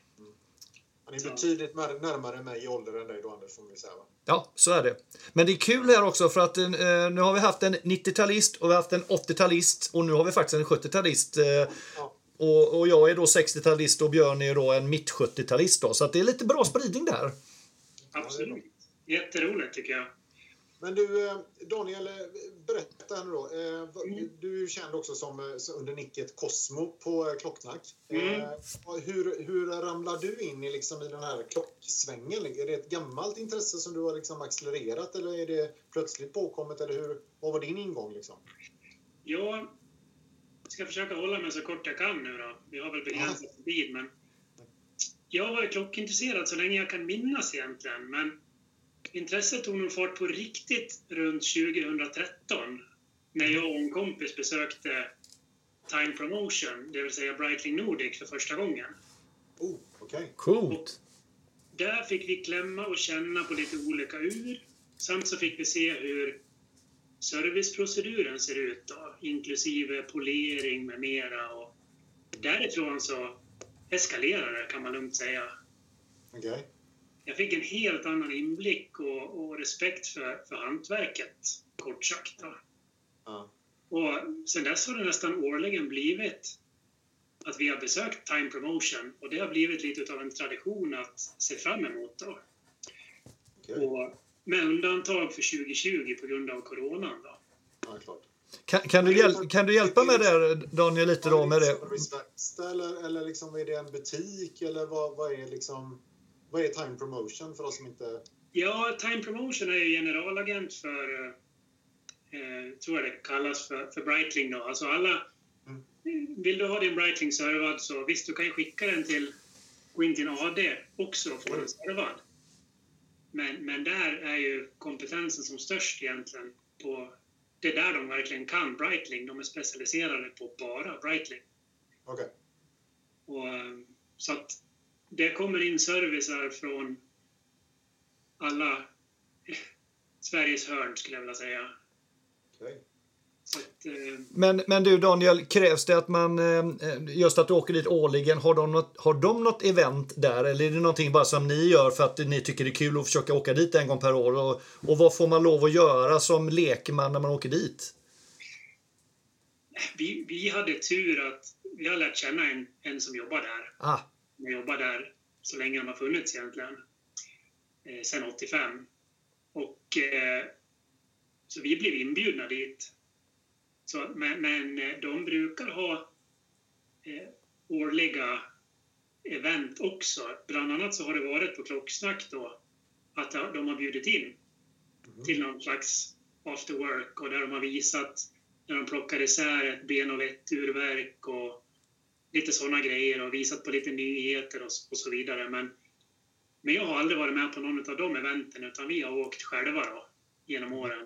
Han är betydligt närmare mig i ålder än dig då, Anders, får vi säga, va? Ja, så är det. Men det är kul här också för att eh, nu har vi haft en nittiotalist och vi har haft en åttiotalist och nu har vi faktiskt en sjuttiotalist. Eh, ja. och, och jag är då sextiotalist och Björn är då en mitt-sjuttiotalist då. Så att det är lite bra spridning där. Absolut. Jätteroligt tycker jag. Men du, Daniel, berätta nu då. Du är ju känd också som under nicket Cosmo på Klocknack. Mm. Hur, hur ramlar du in i, liksom, i den här klocksvängen? Är det ett gammalt intresse som du har liksom accelererat eller är det plötsligt påkommet? Eller hur, vad var din ingång? Liksom? Jag ska försöka hålla mig så kort jag kan nu då. Vi har väl begränsat ja. tid, men jag har varit klockintresserad så länge jag kan minnas egentligen. Men intresset tog nog fart på riktigt runt tjugohundratretton när jag och en kompis besökte Time Promotion, det vill säga Breitling Nordic för första gången. Oh, okej. Okay. Coolt. Där fick vi klämma och känna på lite olika ur. Samt så fick vi se hur serviceproceduren ser ut då, inklusive polering med mera. Och därifrån så eskalerar det, kan man lugnt säga. Okej. Okay. Jag fick en helt annan inblick och, och respekt för, för hantverket, kort sagt. Då. Ja. Och sen dess har det nästan årligen blivit att vi har besökt Time Promotion. Och det har blivit lite av en tradition att se fram emot. Då. Okay. Och med undantag för tjugohundratjugo på grund av coronan. Då. Ja, klart. Kan, kan, du hjäl- kan du hjälpa mig där, Daniel, lite då med det? Eller, eller liksom, är det en butik? Eller vad, vad är liksom... Vad är Time Promotion för oss som inte... Ja, Time Promotion är ju generalagent för, eh, tror jag det kallas för, för Breitling då. Alltså alla, mm. vill du ha din Breitling servad så visst, du kan ju skicka den till, gå in till en A D också och få den servad. Men, men där är ju kompetensen som störst egentligen på, det är där de verkligen kan Breitling. De är specialiserade på bara Breitling. Okej. Okay. Så att det kommer in servicer från alla Sveriges hörn, skulle jag vilja säga. Okay. Så att, eh... men, men du, Daniel, krävs det att man, just att du åker dit årligen, har de något, har de något event där? Eller är det någonting bara som ni gör för att ni tycker det är kul att försöka åka dit en gång per år? Och, och vad får man lov att göra som lekman när man åker dit? Vi, vi hade tur att vi har lärt känna en, en som jobbar där. Ah. Jag jobbade där så länge de har funnits egentligen. Eh, sen åttiofem. Och eh, så vi blev inbjudna dit. Så, men, men de brukar ha eh, årliga event också. Bland annat så har det varit på Klocksnack då att de har bjudit in mm. till någon slags after work, och där de har visat när de plockar isär ett ben och ett urverk och lite sådana grejer och visat på lite nyheter och, och så vidare. Men, men jag har aldrig varit med på någon av de eventen, utan vi har åkt själva då genom åren.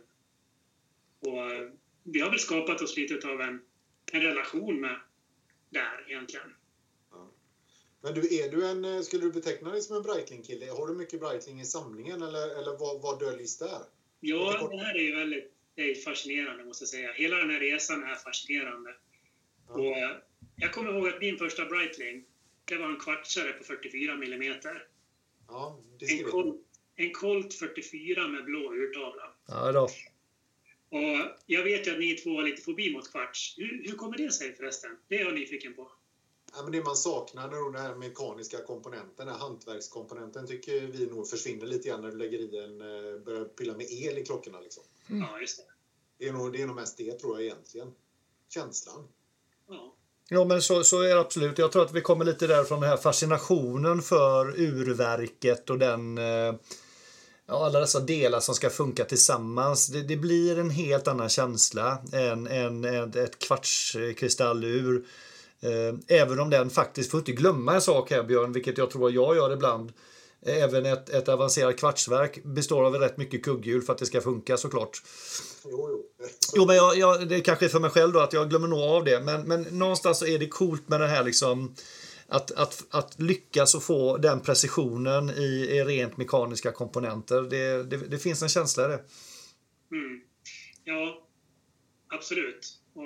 Och vi har väl skapat oss lite av en, en relation med där egentligen. Ja. Men du, är du en, skulle du beteckna dig som en Breitling-kille? Har du mycket Breitling i samlingen, eller, eller vad, vad döljs där? Ja, det här är ju väldigt det är fascinerande, måste jag säga. Hela den här resan är fascinerande. Ja. Och jag kommer ihåg att min första Breitling, det var en kvartsare på fyrtiofyra millimeter. Ja, det en, Colt, en Colt fyrtiofyra med blå urtavla. Ja, då. Och jag vet ju att ni två har lite fobi mot kvarts. Hur, hur kommer det sig förresten? Det är jag nyfiken på. Ja, men det man saknar när den här mekaniska komponenten, den här hantverkskomponenten, tycker vi nog försvinner lite grann när du lägger i en, börjar pilla med el i klockorna. Liksom. Mm. Ja, just det. Det är, nog, det är nog mest det, tror jag egentligen. Känslan. Ja. Ja, men så, så är det absolut. Jag tror att vi kommer lite där från den här fascinationen för urverket och den... Eh, ja, alla dessa delar som ska funka tillsammans. Det, det blir en helt annan känsla än, än, än ett kvartskristallur. Eh, även om den faktiskt, får inte glömma en sak här, Björn, vilket jag tror jag gör ibland. Även ett, ett avancerat kvartsverk består av rätt mycket kugghjul för att det ska funka, såklart. Jo, jo. Jo, men jag, jag, det är kanske är för mig själv då att jag glömmer nog av det. Men, men någonstans så är det coolt med den här liksom... Att, att, att lyckas och få den precisionen i, i rent mekaniska komponenter. Det, det, det finns en känsla i det. Mm. Ja, absolut. Och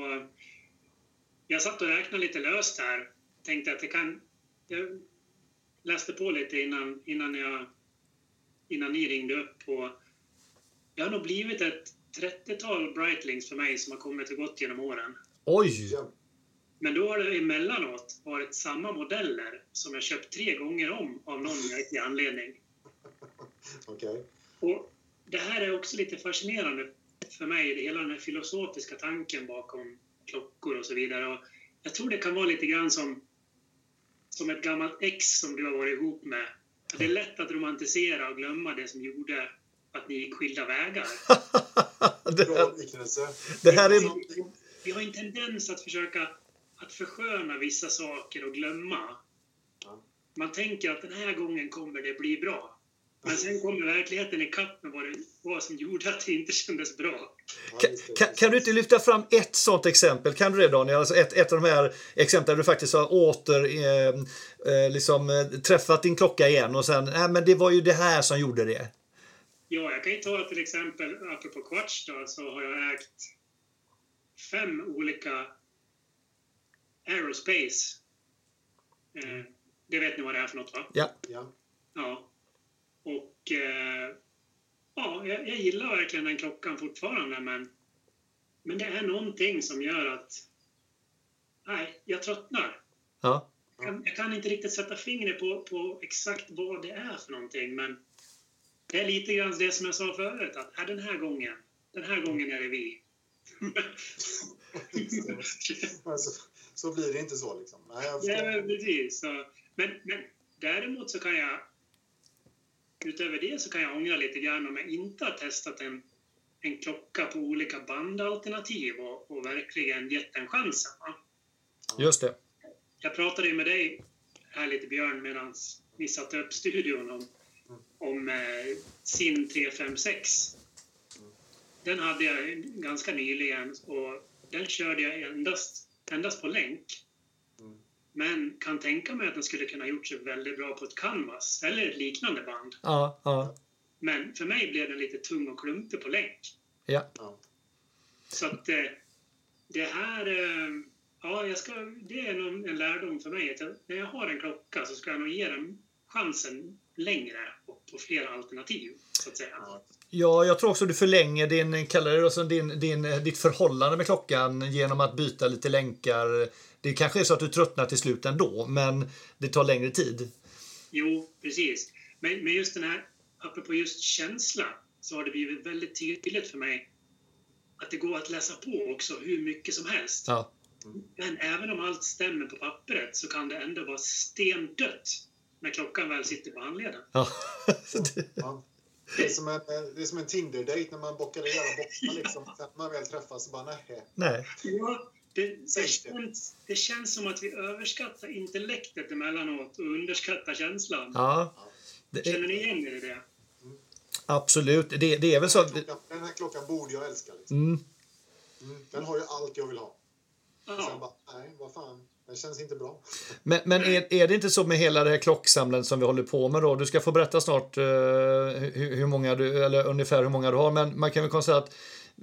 jag satt och räknade lite löst här. Tänkte att det kan... Jag läste på lite innan, innan, jag, innan ni ringde upp. Och det har nog blivit ett trettiotal Breitlings för mig som har kommit och gått genom åren. Oj! Ja. Men då har det emellanåt varit samma modeller som jag köpt tre gånger om av någon märklig anledning. Okej. Okay. Och det här är också lite fascinerande för mig, det hela den här filosofiska tanken bakom klockor och så vidare. Och jag tror det kan vara lite grann som, som ett gammalt ex som du har varit ihop med. Det är lätt att romantisera och glömma det som gjorde att ni gick skilda vägar. det, här, det här är... Vi har en tendens att försöka att försköna vissa saker och glömma. Man tänker att den här gången kommer det bli bra. Men sen kommer verkligheten i kapp med vad, det, vad som gjorde att det inte kändes bra. Kan, kan, kan du inte lyfta fram ett sånt exempel? Kan du det, Daniel? Alltså ett, ett av de här exemplen där du faktiskt har åter eh, eh, liksom, eh, träffat din klocka igen och sen, nej men det var ju det här som gjorde det. Ja, jag kan ju ta till exempel, apropå kvarts då, så har jag ägt fem olika Aerospace. Eh, det vet ni vad det är för något, va? Ja. Ja. Ja. Och eh, ja, jag, jag gillar verkligen den klockan fortfarande, men, men det är någonting som gör att nej, jag tröttnar. Ja. Jag kan, jag kan inte riktigt sätta fingret på, på exakt vad det är för någonting, men det är lite grann det som jag sa förut, att är den här gången, den här gången är det vi. alltså, så blir det inte så liksom. Nej, jag ja, men precis. Så, men, men däremot så kan jag utöver det så kan jag ångra lite grann om jag inte har testat en, en klocka på olika bandalternativ och, och verkligen gett den chansen. Va? Just det. Jag pratade ju med dig här lite, Björn, medan vi satte upp studion om, om eh, Sin tre fem sex. Den hade jag ganska nyligen och den körde jag endast, endast på länk. Mm. Men kan tänka mig att den skulle kunna gjort sig väldigt bra på ett canvas eller ett liknande band. Ja, ja. Men för mig blev den lite tung och klumpig på länk. Ja. Så att eh, det här... Eh, ja, jag ska, det är nog en lärdom för mig. Att jag, när jag har en klocka så ska jag nog ge den chansen längre och på flera alternativ, så att säga. Ja, jag tror också du förlänger din, kallar det då, din, din, ditt förhållande med klockan genom att byta lite länkar. Det kanske är så att du tröttnar till slut ändå, men det tar längre tid. Jo, precis. Men, men just den här, apropå just känsla, så har det blivit väldigt tydligt för mig att det går att läsa på också hur mycket som helst. Ja. Men även om allt stämmer på pappret så kan det ändå vara stendött när klockan väl sitter på handleden. Ja. Ja. Det är som en, det är som en Tinder-date när man bockar i alla bockar liksom. Sen man väl träffas så bara nej. Nej. Ja, det, det, känns, det känns som att vi överskattar intellektet emellanåt och underskattar känslan. Ja. Det är, Känner ni igen er i det? absolut. Det, det är väl så att... Den här klockan borde jag älska. Liksom. Mm. Mm. Den har ju allt jag vill ha. Ja. Sen bara, nej, vad fan. Den känns inte bra. Men, men är, är det inte så med hela det här klocksamlandet som vi håller på med då? Du ska få berätta snart uh, hur, hur många du, eller ungefär hur många du har. Men man kan väl konstatera att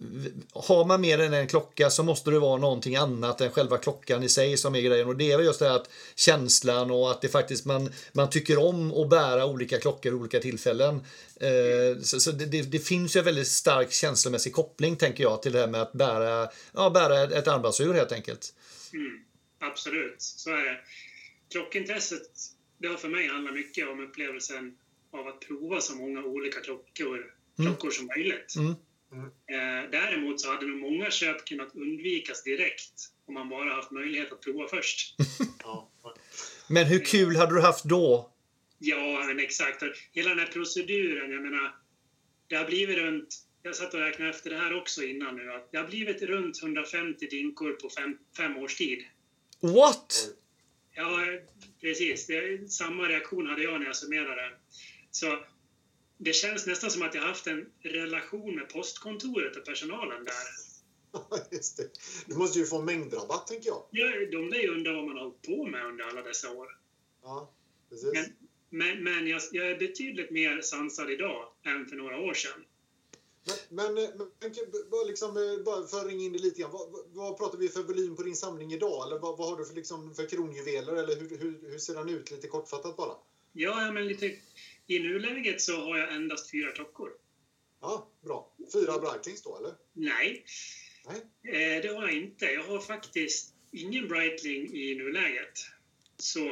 har man mer än en klocka så måste det vara någonting annat än själva klockan i sig som är grejen. Och det är väl just det här att känslan och att det faktiskt man, man tycker om att bära olika klockor i olika tillfällen. Eh, så så det, det, det finns ju en väldigt stark känslomässig koppling, tänker jag, till det här med att bära, ja, bära ett armbandsur helt enkelt. Mm, absolut, så är det. Klockintresset, det har för mig handlat mycket om upplevelsen av att prova så många olika klockor, klockor som möjligt. Mm. Mm. Eh, däremot så hade nog många köp kunnat undvikas direkt om man bara haft möjlighet att prova först. Ja. Men hur kul hade du haft då? Ja, men exakt. Hela den här proceduren, jag menar, det har blivit runt, jag satt och räknade efter det här också innan nu, att det har blivit runt hundrafemtio dinkor på fem, fem års tid. What? Ja, precis. Det, samma reaktion hade jag när jag summerade. Så det känns nästan som att jag haft en relation med postkontoret och personalen där. Just det. Du måste ju få mängdrabatt, tänker jag. Ja, de lär ju undra vad man har hållit på med under alla dessa år. Ja, precis. Men, men, men jag, jag är betydligt mer sansad idag än för några år sedan. Men, men, men bara, liksom, bara för att ringa in det lite grann, vad, vad pratar vi för volym på din samling idag? Eller vad, vad har du för, liksom, för kronjuveler? Eller hur, hur, hur ser den ut? Lite kortfattat bara. Ja, men lite, i nuläget så har jag endast fyra klockor. Ja, bra. Fyra Breitlings då, eller? Nej, Nej. Eh, det har jag inte. Jag har faktiskt ingen Breitling i nuläget. Så,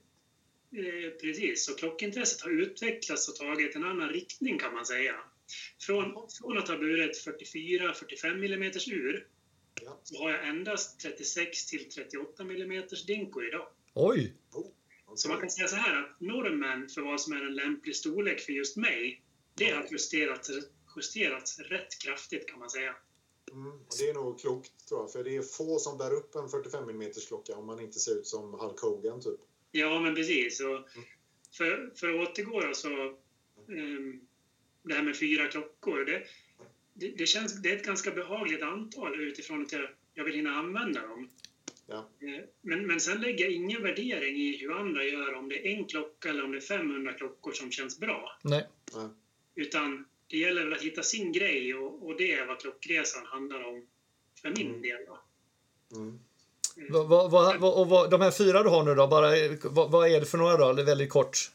eh, precis, så klockintresset har utvecklats och tagit en annan riktning, kan man säga. Från, från att ha burit fyrtiofyra till fyrtiofem millimeters ur, Ja. så har jag endast trettiosex till trettioåtta millimeters dinkor idag. Oj! Oh, okay. Så man kan säga så här att normen för vad som är en lämplig storlek för just mig, det har justerats, justerats rätt kraftigt, kan man säga. Mm, och det är nog klokt, tror jag. För det är få som bär upp en fyrtiofem millimeters klocka om man inte ser ut som Hulk Hogan, typ. Ja, men precis. Och för, för att återgå då, så um, det här med fyra klockor, det, det, det, känns, det är ett ganska behagligt antal utifrån att jag, jag vill hinna använda dem. Ja. Men, men sen lägger jag ingen värdering i hur andra gör, om det är en klocka eller om det är femhundra klockor som känns bra. Nej. Nej. Utan det gäller väl att hitta sin grej, och, och det är vad klockresan handlar om för min Mm. del då. Mm. Vad, vad, vad, vad, och vad, de här fyra du har nu då, bara, vad, vad är det för några då? Det är väldigt kort.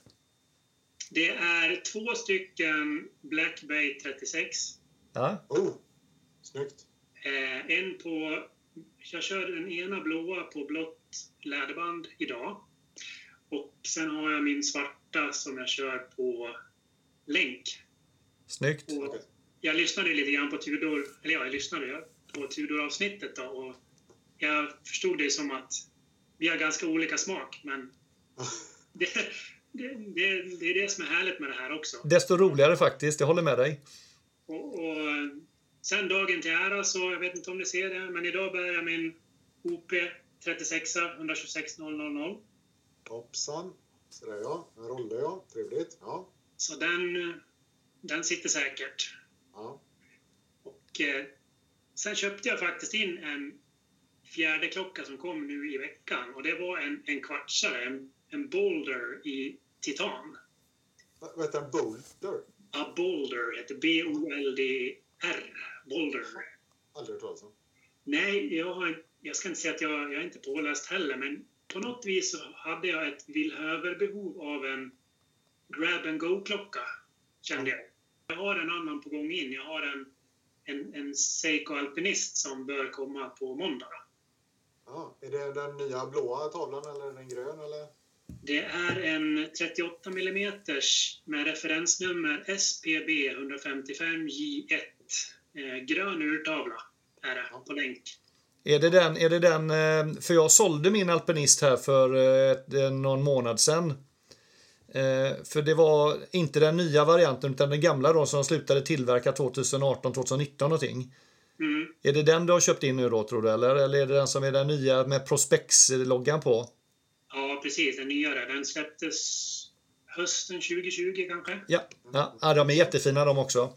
Det är två stycken Black Bay trettiosex. Ja. Oh, snyggt. Eh, en på, jag kör den ena blåa på blått läderband idag. Och sen har jag min svarta som jag kör på länk. Snyggt. Och jag lyssnade lite grann på Tudor, eller ja, jag lyssnade på Tudor-avsnittet då, och jag förstod det som att vi har ganska olika smak, men det, det, det, det är det som är härligt med det här också. Desto roligare faktiskt, jag håller med dig. Och, och sen dagen till ära, så jag vet inte om ni ser det, men idag bär jag min O P trettiosex ett två sex noll noll noll. Hoppsan. Så där ja, en rolle ja, trevligt. Ja. Så den, den sitter säkert. Ja. Och eh, sen köpte jag faktiskt in en fjärde klocka som kom nu i veckan. Och det var en, en kvartsare, en, en Boulder i titan. Vad heter den? Boulder? Ja, Boulder heter B O L D R. Boulder. Aldrig hört talas om. Nej, jag, har, jag ska inte säga att jag, jag är inte påläst heller, men på något vis så hade jag ett villhöverbehov av en grab-and-go-klocka, kände jag. Jag har en annan på gång in. Jag har en, en, en Seiko Alpinist som bör komma på måndag. Ja, är det den nya blåa tavlan eller är den grön? Eller? Det är en trettioåtta millimeters med referensnummer S P B ett fem fem J ett. Eh, grön urtavla är det på länk. Är det den, är det den, för jag sålde min alpinist här för eh, någon månad sedan. Eh, för det var inte den nya varianten utan den gamla då som slutade tillverka tjugoarton tjugonitton någonting. Mm. Är det den du har köpt in nu då tror du eller? Eller är det den som är den nya med Prospex-loggan på? Ja, precis. Den nyare. Den släpptes hösten tjugo tjugo kanske. Ja, ja. ja de är jättefina de också.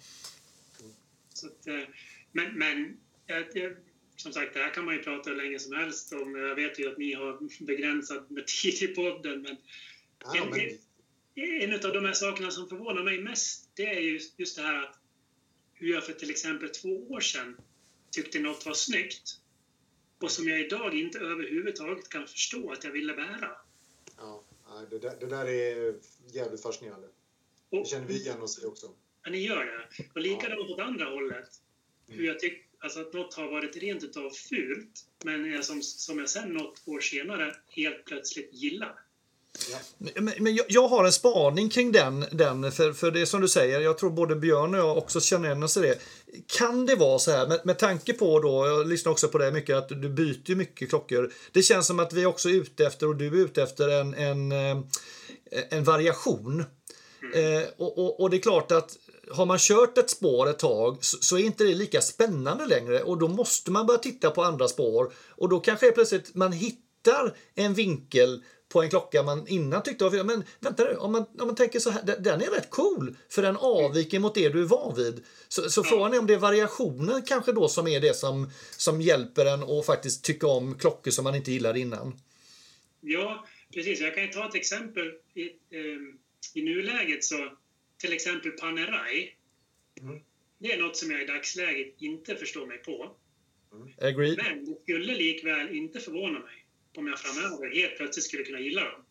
Så att, men men jag, jag, som sagt, det här kan man ju prata hur länge som helst om. Jag vet ju att ni har begränsat med tid i podden. Men, Ja, en, men... en av de här sakerna som förvånar mig mest, det är just, just det här att hur jag för till exempel två år sedan tyckte något var snyggt och som jag idag inte överhuvudtaget kan förstå att jag ville bära. Ja, det där, det där är jävligt fascinerande. Och, det känner vi igen oss i också. Ja, ni gör det. Och likadant åt andra hållet. Hur jag tycker alltså att något har varit rent utav fult, men jag som, som jag sen något år senare helt plötsligt gillar. Ja. Men, men jag, jag har en spaning kring den, den för, för det som du säger, jag tror både Björn och jag också känner igen oss i det. Kan det vara så här, med, med tanke på då, jag lyssnar också på det mycket, att du byter mycket klockor. Det känns som att vi också är ute efter, och du är ute efter en, en, en variation. Mm. Eh, och, och, och det är klart att har man kört ett spår ett tag så, så är inte det lika spännande längre, och då måste man börja titta på andra spår, och då kanske plötsligt man hittar en vinkel på en klocka man innan tyckte var, men vänta nu, om man, om man tänker så här, den är rätt cool för den avviker mot det du är van vid. Så, så frågan är om det är variationen kanske då som är det som, som hjälper en att faktiskt tycka om klockor som man inte gillade innan. Ja, precis. Jag kan ju ta ett exempel i, eh, i nuläget, så till exempel Panerai. Mm. Det är något som jag i dagsläget inte förstår mig på. Mm. Agreed. Men det skulle likväl inte förvåna mig om jag framöver helt plötsligt skulle kunna gilla dem.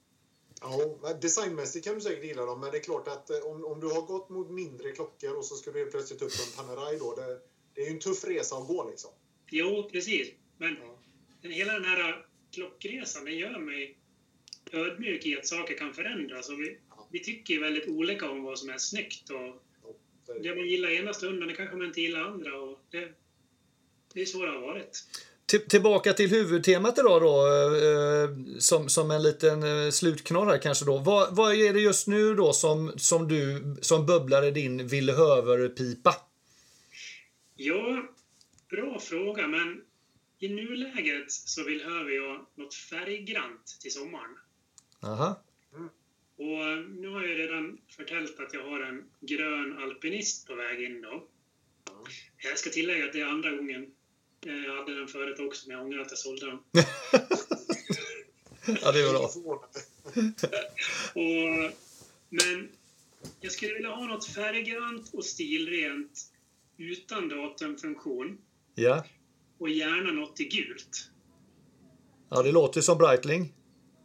Ja, designmässigt kan du säkert gilla dem, men det är klart att om, om du har gått mot mindre klockor och så ska du helt plötsligt upp på en Panerai då, det, det är ju en tuff resa att gå liksom. Jo, precis. Men ja. Hela den här klockresan, den gör mig ödmjuk i att saker kan förändras. Och vi, ja. vi tycker väldigt olika om vad som är snyggt. Och ja, det, det man gillar ena stunden, det kanske man inte gillar andra. Och det, det är så det har varit. Tillbaka till huvudtemat idag då, eh, som, som en liten eh, slutknorr här kanske då. Vad, vad är det just nu då som, som du som bubblar i din villhöverpipa? Ja, bra fråga, men i nuläget så villhöver jag något färggrant till sommaren. Aha. Mm. Och nu har jag redan förtält att jag har en grön alpinist på väg in då. Mm. Jag ska tillägga att det är andra gången. Jag hade den förut också, men jag ångrar att jag sålde den. Ja, det är bra. och, men jag skulle vilja ha något färggrant och stilrent utan datumfunktion. Ja. Och gärna något i gult. Ja, det låter som Breitling.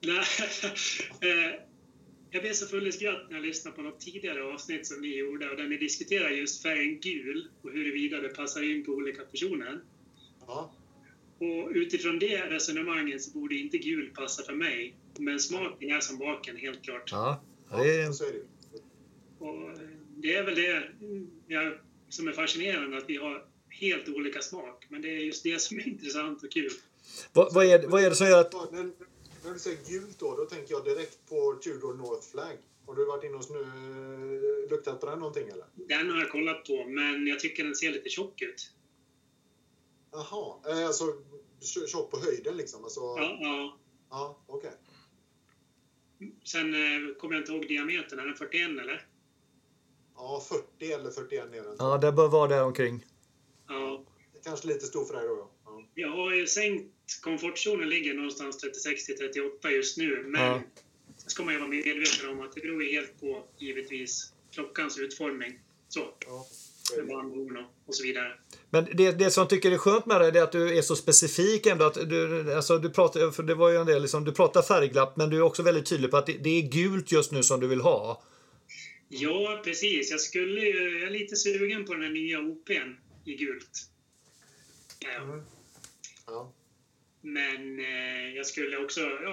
Jag blev så full i skratt när jag lyssnade på något tidigare avsnitt som ni gjorde, och där ni diskuterar just färgen gul och huruvida det passar in på olika personer. Ja. Och utifrån det resonemanget så borde inte gul passa för mig. Men smaken är som baken, helt klart. Ja, det är... Och det är väl det jag, som är fascinerande, att vi har helt olika smak. Men det är just det som är intressant och kul. Vad, vad, är, vad är det som gör att... När, när du säger gult då, då tänker jag direkt på Tudor North Flag. Har du varit inne och nu luktat på den någonting eller? Den har jag kollat på, men jag tycker den ser lite tjock ut. Jaha, alltså tjock på höjden liksom? Alltså... Ja, ja. Ja, okej. Okay. Sen eh, kommer jag inte ihåg diametern, är den fyrtioen eller? Ja, fyrtio eller fyrtioen är den. Ja, det bör vara där omkring. Ja. Det är kanske lite stor för dig då. Ja. Jag har ju sänkt, komfortzonen ligger någonstans trettiosex till trettioåtta just nu, men ja. Ska man ju vara medveten om att det beror ju helt på, givetvis, klockans utformning. Så. Ja. Och så vidare. Men det, det som tycker är skönt med det är att du är så specifik ändå, att du, alltså du pratar, för det var ju en del liksom, du pratar färgglapp, men du är också väldigt tydlig på att det, det är gult just nu som du vill ha. Ja, precis. Jag skulle ju, jag är lite sugen på den här nya O P:n i gult. Ja. Mm. Ja. Men eh, jag skulle också, ja,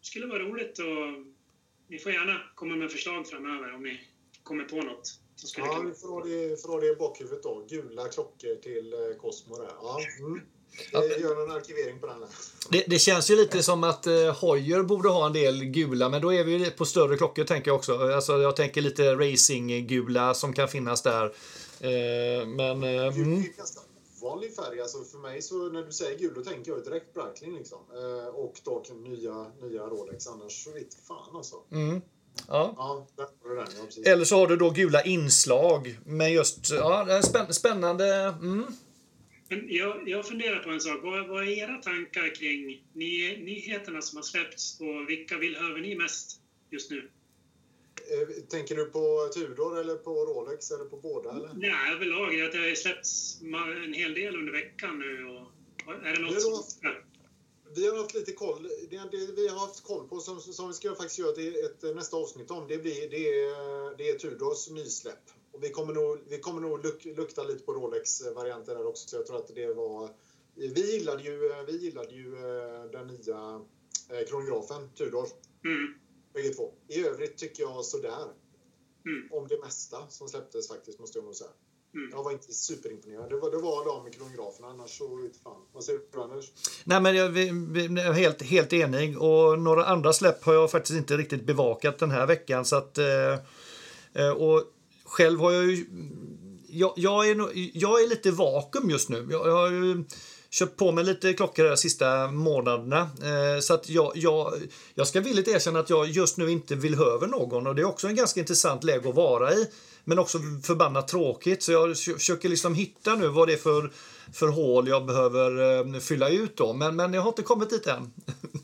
skulle vara roligt och ni får gärna komma med förslag framöver om ni kommer på något. Som skulle ja, kunna... vi får ha det, får ha det i bakhuvudet då. Gula klockor till eh, Cosmo där. Ja, mm. Jag gör någon arkivering på den här. Det, det känns ju lite som att eh, Hoyer borde ha en del gula, men då är vi ju på större klockor tänker jag också. Alltså, jag tänker lite racing-gula som kan finnas där. Eh, men... Eh, Gul är mm. ju ganska ovanlig färg. Alltså för mig så när du säger gul då tänker jag direkt Breitling liksom. Eh, och då nya, nya Rolex. Annars så vet fan alltså. Mm. Ja. Ja, där var det den, ja, precis. Eller så har du då gula inslag. Men just, ja, det är spänn- spännande. Mm. Men jag, jag funderar på en sak. Vad, vad är era tankar kring ny, nyheterna som har släppts och vilka villhöver ni mest just nu? Eh, tänker du på Tudor eller på Rolex eller på båda? Eller? Nej, överlag. Att det har släppts en hel del under veckan nu. Och, är det något det som... då, vi har haft lite koll. Det, det vi har haft koll på som, som vi ska faktiskt göra ett, ett nästa avsnitt om. Det, blir, det, är, det är Tudors nysläpp. Och vi kommer nog, vi kommer nog luk, lukta lite på Rolex-varianter där också. Så jag tror att det var... Vi gillade ju, vi gillade ju den nya kronografen, Tudor. Mm. Bägge två. I övrigt tycker jag sådär. Mm. Om det mesta som släpptes faktiskt, måste jag nog säga. Mm. Jag var inte superimponerad. Det var, det var de med kronograferna, annars så vet fan. Vad säger du, Anders? Nej, men jag vi, vi, är helt, helt enig. Och några andra släpp har jag faktiskt inte riktigt bevakat den här veckan. Så att, eh, och själv har jag ju... Jag, jag, är, jag är lite vakuum just nu. Jag, jag har ju köpt på mig lite klockor de sista månaderna. Eh, så att jag, jag, jag ska villigt erkänna att jag just nu inte vill höra någon. Och det är också en ganska intressant läge att vara i. Men också förbannat tråkigt. Så jag försöker liksom hitta nu vad det är för, för hål jag behöver eh, fylla ut då. Men, men jag har inte kommit dit än.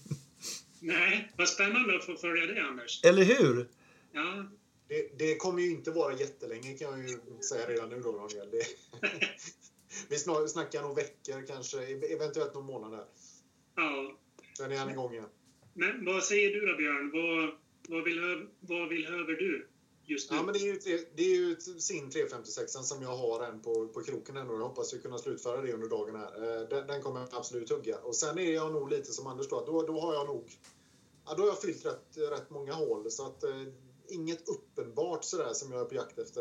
Nej, vad spännande att få följa det, Anders. Eller hur? Ja. Det, det kommer ju inte vara jättelänge kan jag ju säga redan nu då, Daniel. Det, vi snar, snackar nog veckor, kanske eventuellt någon månad där. Ja. Sen är han igång igen. Men vad säger du då, Björn? Vad, vad, vill, vad vill höver du just nu? Ja, men det är ju, det är ju sin tre femtiosex som jag har en på, på kroken ändå. Jag hoppas vi kunna slutföra det under dagen här. Den, den kommer jag absolut hugga. Och sen är jag nog lite som Anders då. Då, då har jag nog... Ja, då har jag fyllt rätt, rätt många hål. Så att... Inget uppenbart sådär som jag är på jakt efter,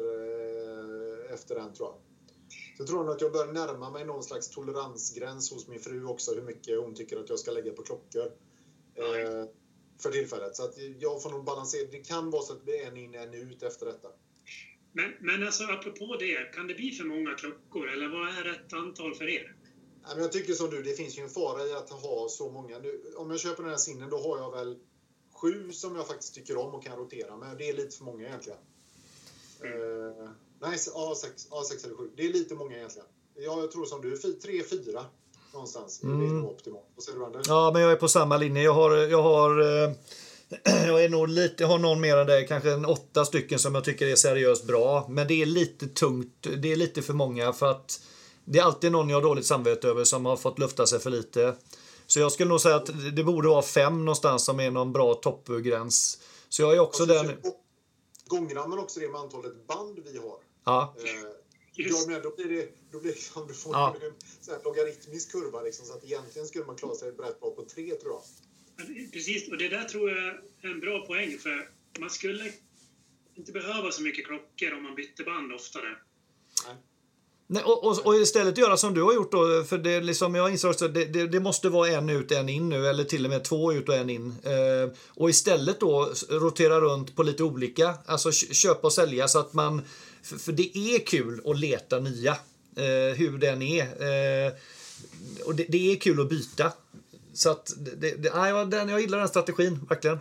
efter den, tror jag. Så jag tror nog att jag bör närma mig någon slags toleransgräns hos min fru också. Hur mycket hon tycker att jag ska lägga på klockor eh, för tillfället. Så att jag får nog balansera. Det kan vara så att det blir en in, en ut efter detta. Men, men alltså apropå det, kan det bli för många klockor? Eller vad är rätt antal för er? Ja, men jag tycker som du, det finns ju en fara i att ha så många. Nu, om jag köper den här sinnen, då har jag väl sju som jag faktiskt tycker om och kan rotera. Men det är lite för många egentligen. Mm. Uh, nej, A sex, A sex eller sju. Det är lite många egentligen. Ja, jag tror som du, tre fyra någonstans. Mm. Det är nog optimalt. Vad säger du, Anders? Ja, men jag är på samma linje. Jag har... Jag har uh... Jag är nog lite, jag har någon mer än det, kanske en åtta stycken som jag tycker är seriöst bra. Men det är lite tungt, det är lite för många för att det är alltid någon jag har dåligt samvete över som har fått lufta sig för lite. Så jag skulle nog säga att det borde vara fem någonstans som är någon bra toppgräns. Så jag är också och så där. Gångrarna men också det med antalet band vi har. Ja. Eh, jag menar, då blir det, då blir det liksom, du får ja. en sån här logaritmisk kurva liksom, så att egentligen skulle man klara sig rätt bra på tre, tror jag. Precis, och det där tror jag är en bra poäng, för man skulle inte behöva så mycket klockor om man bytte band oftare. Nej. Nej, och, och, och istället göra som du har gjort då, för det liksom, jag inser också det, det, det måste vara en ut, en in nu, eller till och med två ut och en in. Eh, och istället då rotera runt på lite olika, alltså köpa och sälja så att man, för, för det är kul att leta nya, eh, hur den är. Eh, och det, det är kul att byta. Så att det, det, ja, den, jag gillar den strategin, verkligen.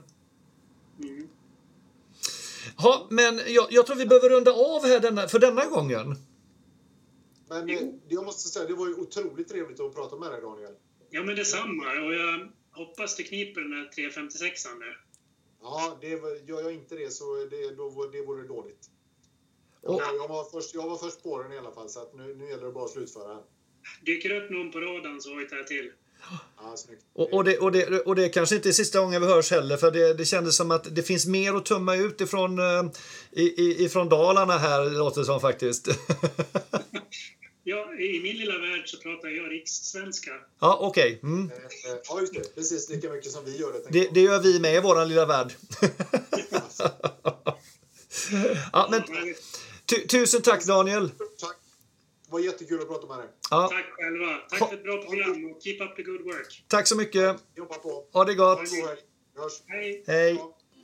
Mm. Ja, men jag, jag tror vi behöver runda av här denna, för denna gången. Men eh, jag måste säga, det var ju otroligt trevligt att prata med dig, Daniel. Ja, men detsamma. Och jag hoppas det kniper den här tre femtiosex nu. Ja, det var, gör jag inte det så det, då, det vore dåligt. Jag, Och, jag, var först, jag var först på den i alla fall, så att nu, nu gäller det bara att slutföra den. Dyker upp någon på radarn så hojtar jag till. Ja, snyggt. Och, och, det, och, det, och det kanske inte är sista gången vi hörs heller, för det, det kändes som att det finns mer att tumma ut ifrån, uh, i, ifrån Dalarna här, låter det som faktiskt. Ja, jag, i min lilla värld så pratar jag rikssvenska. Ja, okej. Okay. Mm. Ja, just det. Precis lika mycket som vi gör det. Det, det gör vi med i vår lilla värld. Ja, men, tu, tusen tack, Daniel. Tack. Det var jättekul att prata med dig. Ja. Tack själva. Tack ha. för ett bra program och keep up the good work. Tack så mycket. Jobba på. Ha det gott. Hej. Hej.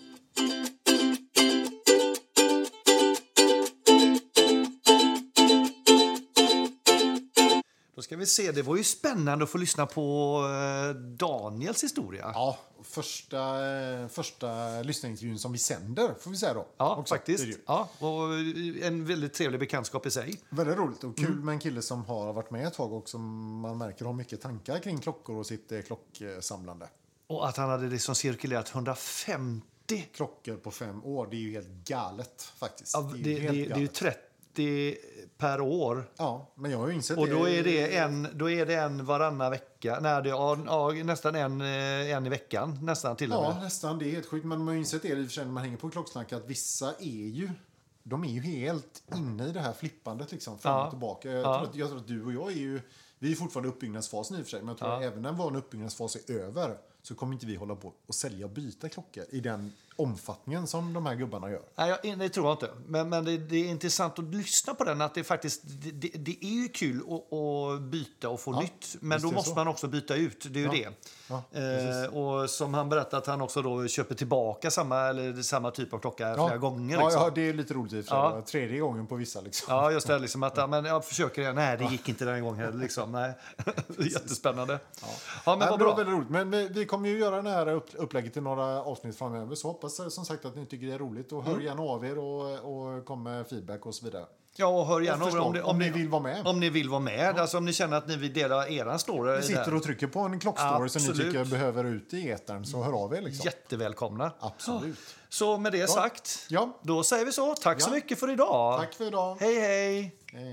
Då ska vi se, det var ju spännande att få lyssna på Daniels historia. Ja, första, första lyssnarintervjun som vi sänder, får vi säga då. Ja, också. faktiskt. Ja, och en väldigt trevlig bekantskap i sig. Väldigt roligt och kul mm. med en kille som har varit med ett tag och som man märker har mycket tankar kring klockor och sitt eh, klocksamlande. Och att han hade liksom cirkulerat hundrafemtio klockor på fem år, det är ju helt galet faktiskt. Ja, det, det, är, det, det är ju trettio per år. Ja, men jag har ju insett och det. då är det en då är det en varannan vecka. Nej, det är ja, nästan en en i veckan nästan till och med. Ja, nästan, det är helt sjukt, men man har ju insett det i och för sig när man hänger på klocksnack att vissa är ju de är ju helt inne i det här flippandet liksom fram och ja. tillbaka. Jag, ja. tror att, jag tror att du och jag är ju vi är fortfarande i uppbyggnadsfasen i och för sig, men jag tror ja. att även när vår uppbyggnadsfas är över så kommer inte vi hålla på och sälja och byta klockor i den omfattningen som de här gubbarna gör. Nej, jag, det tror jag inte. Men, men det, det är intressant att lyssna på den. Att det, faktiskt, det, det är ju kul att, att byta och få ja, nytt. Men då måste så. man också byta ut. Det är ju ja. det. Ja, eh, och som han berättade att han också då köper tillbaka samma, eller samma typ av klocka ja. flera gånger. Liksom. Ja, ja, det är lite roligt i ja. Tredje gången på vissa. Liksom. Ja, just det. Liksom att, men jag försöker det. Nej, det gick inte den gången heller. Liksom. Nej. Jättespännande. Ja. Ja, men Nej, vad bra. Väldigt roligt. Men vi, vi kommer ju göra den här upp, upplägget i några avsnitt framöver. Så hoppas som sagt att ni tycker det är roligt. Och hör mm. gärna av er och, och kom med feedback och så vidare. Ja, och hör gärna och om, det, om, om ni vill vara med. Om ni vill vara med. Ja. Alltså om ni känner att ni vill dela eran story. Vi sitter där. och trycker på en klockstory som ni tycker behöver ut i etern. Så hör av er liksom. Jättevälkomna. Absolut. Så med det ja. sagt, ja. då säger vi så. Tack ja. så mycket för idag. Tack för idag. Hej, hej. Hej.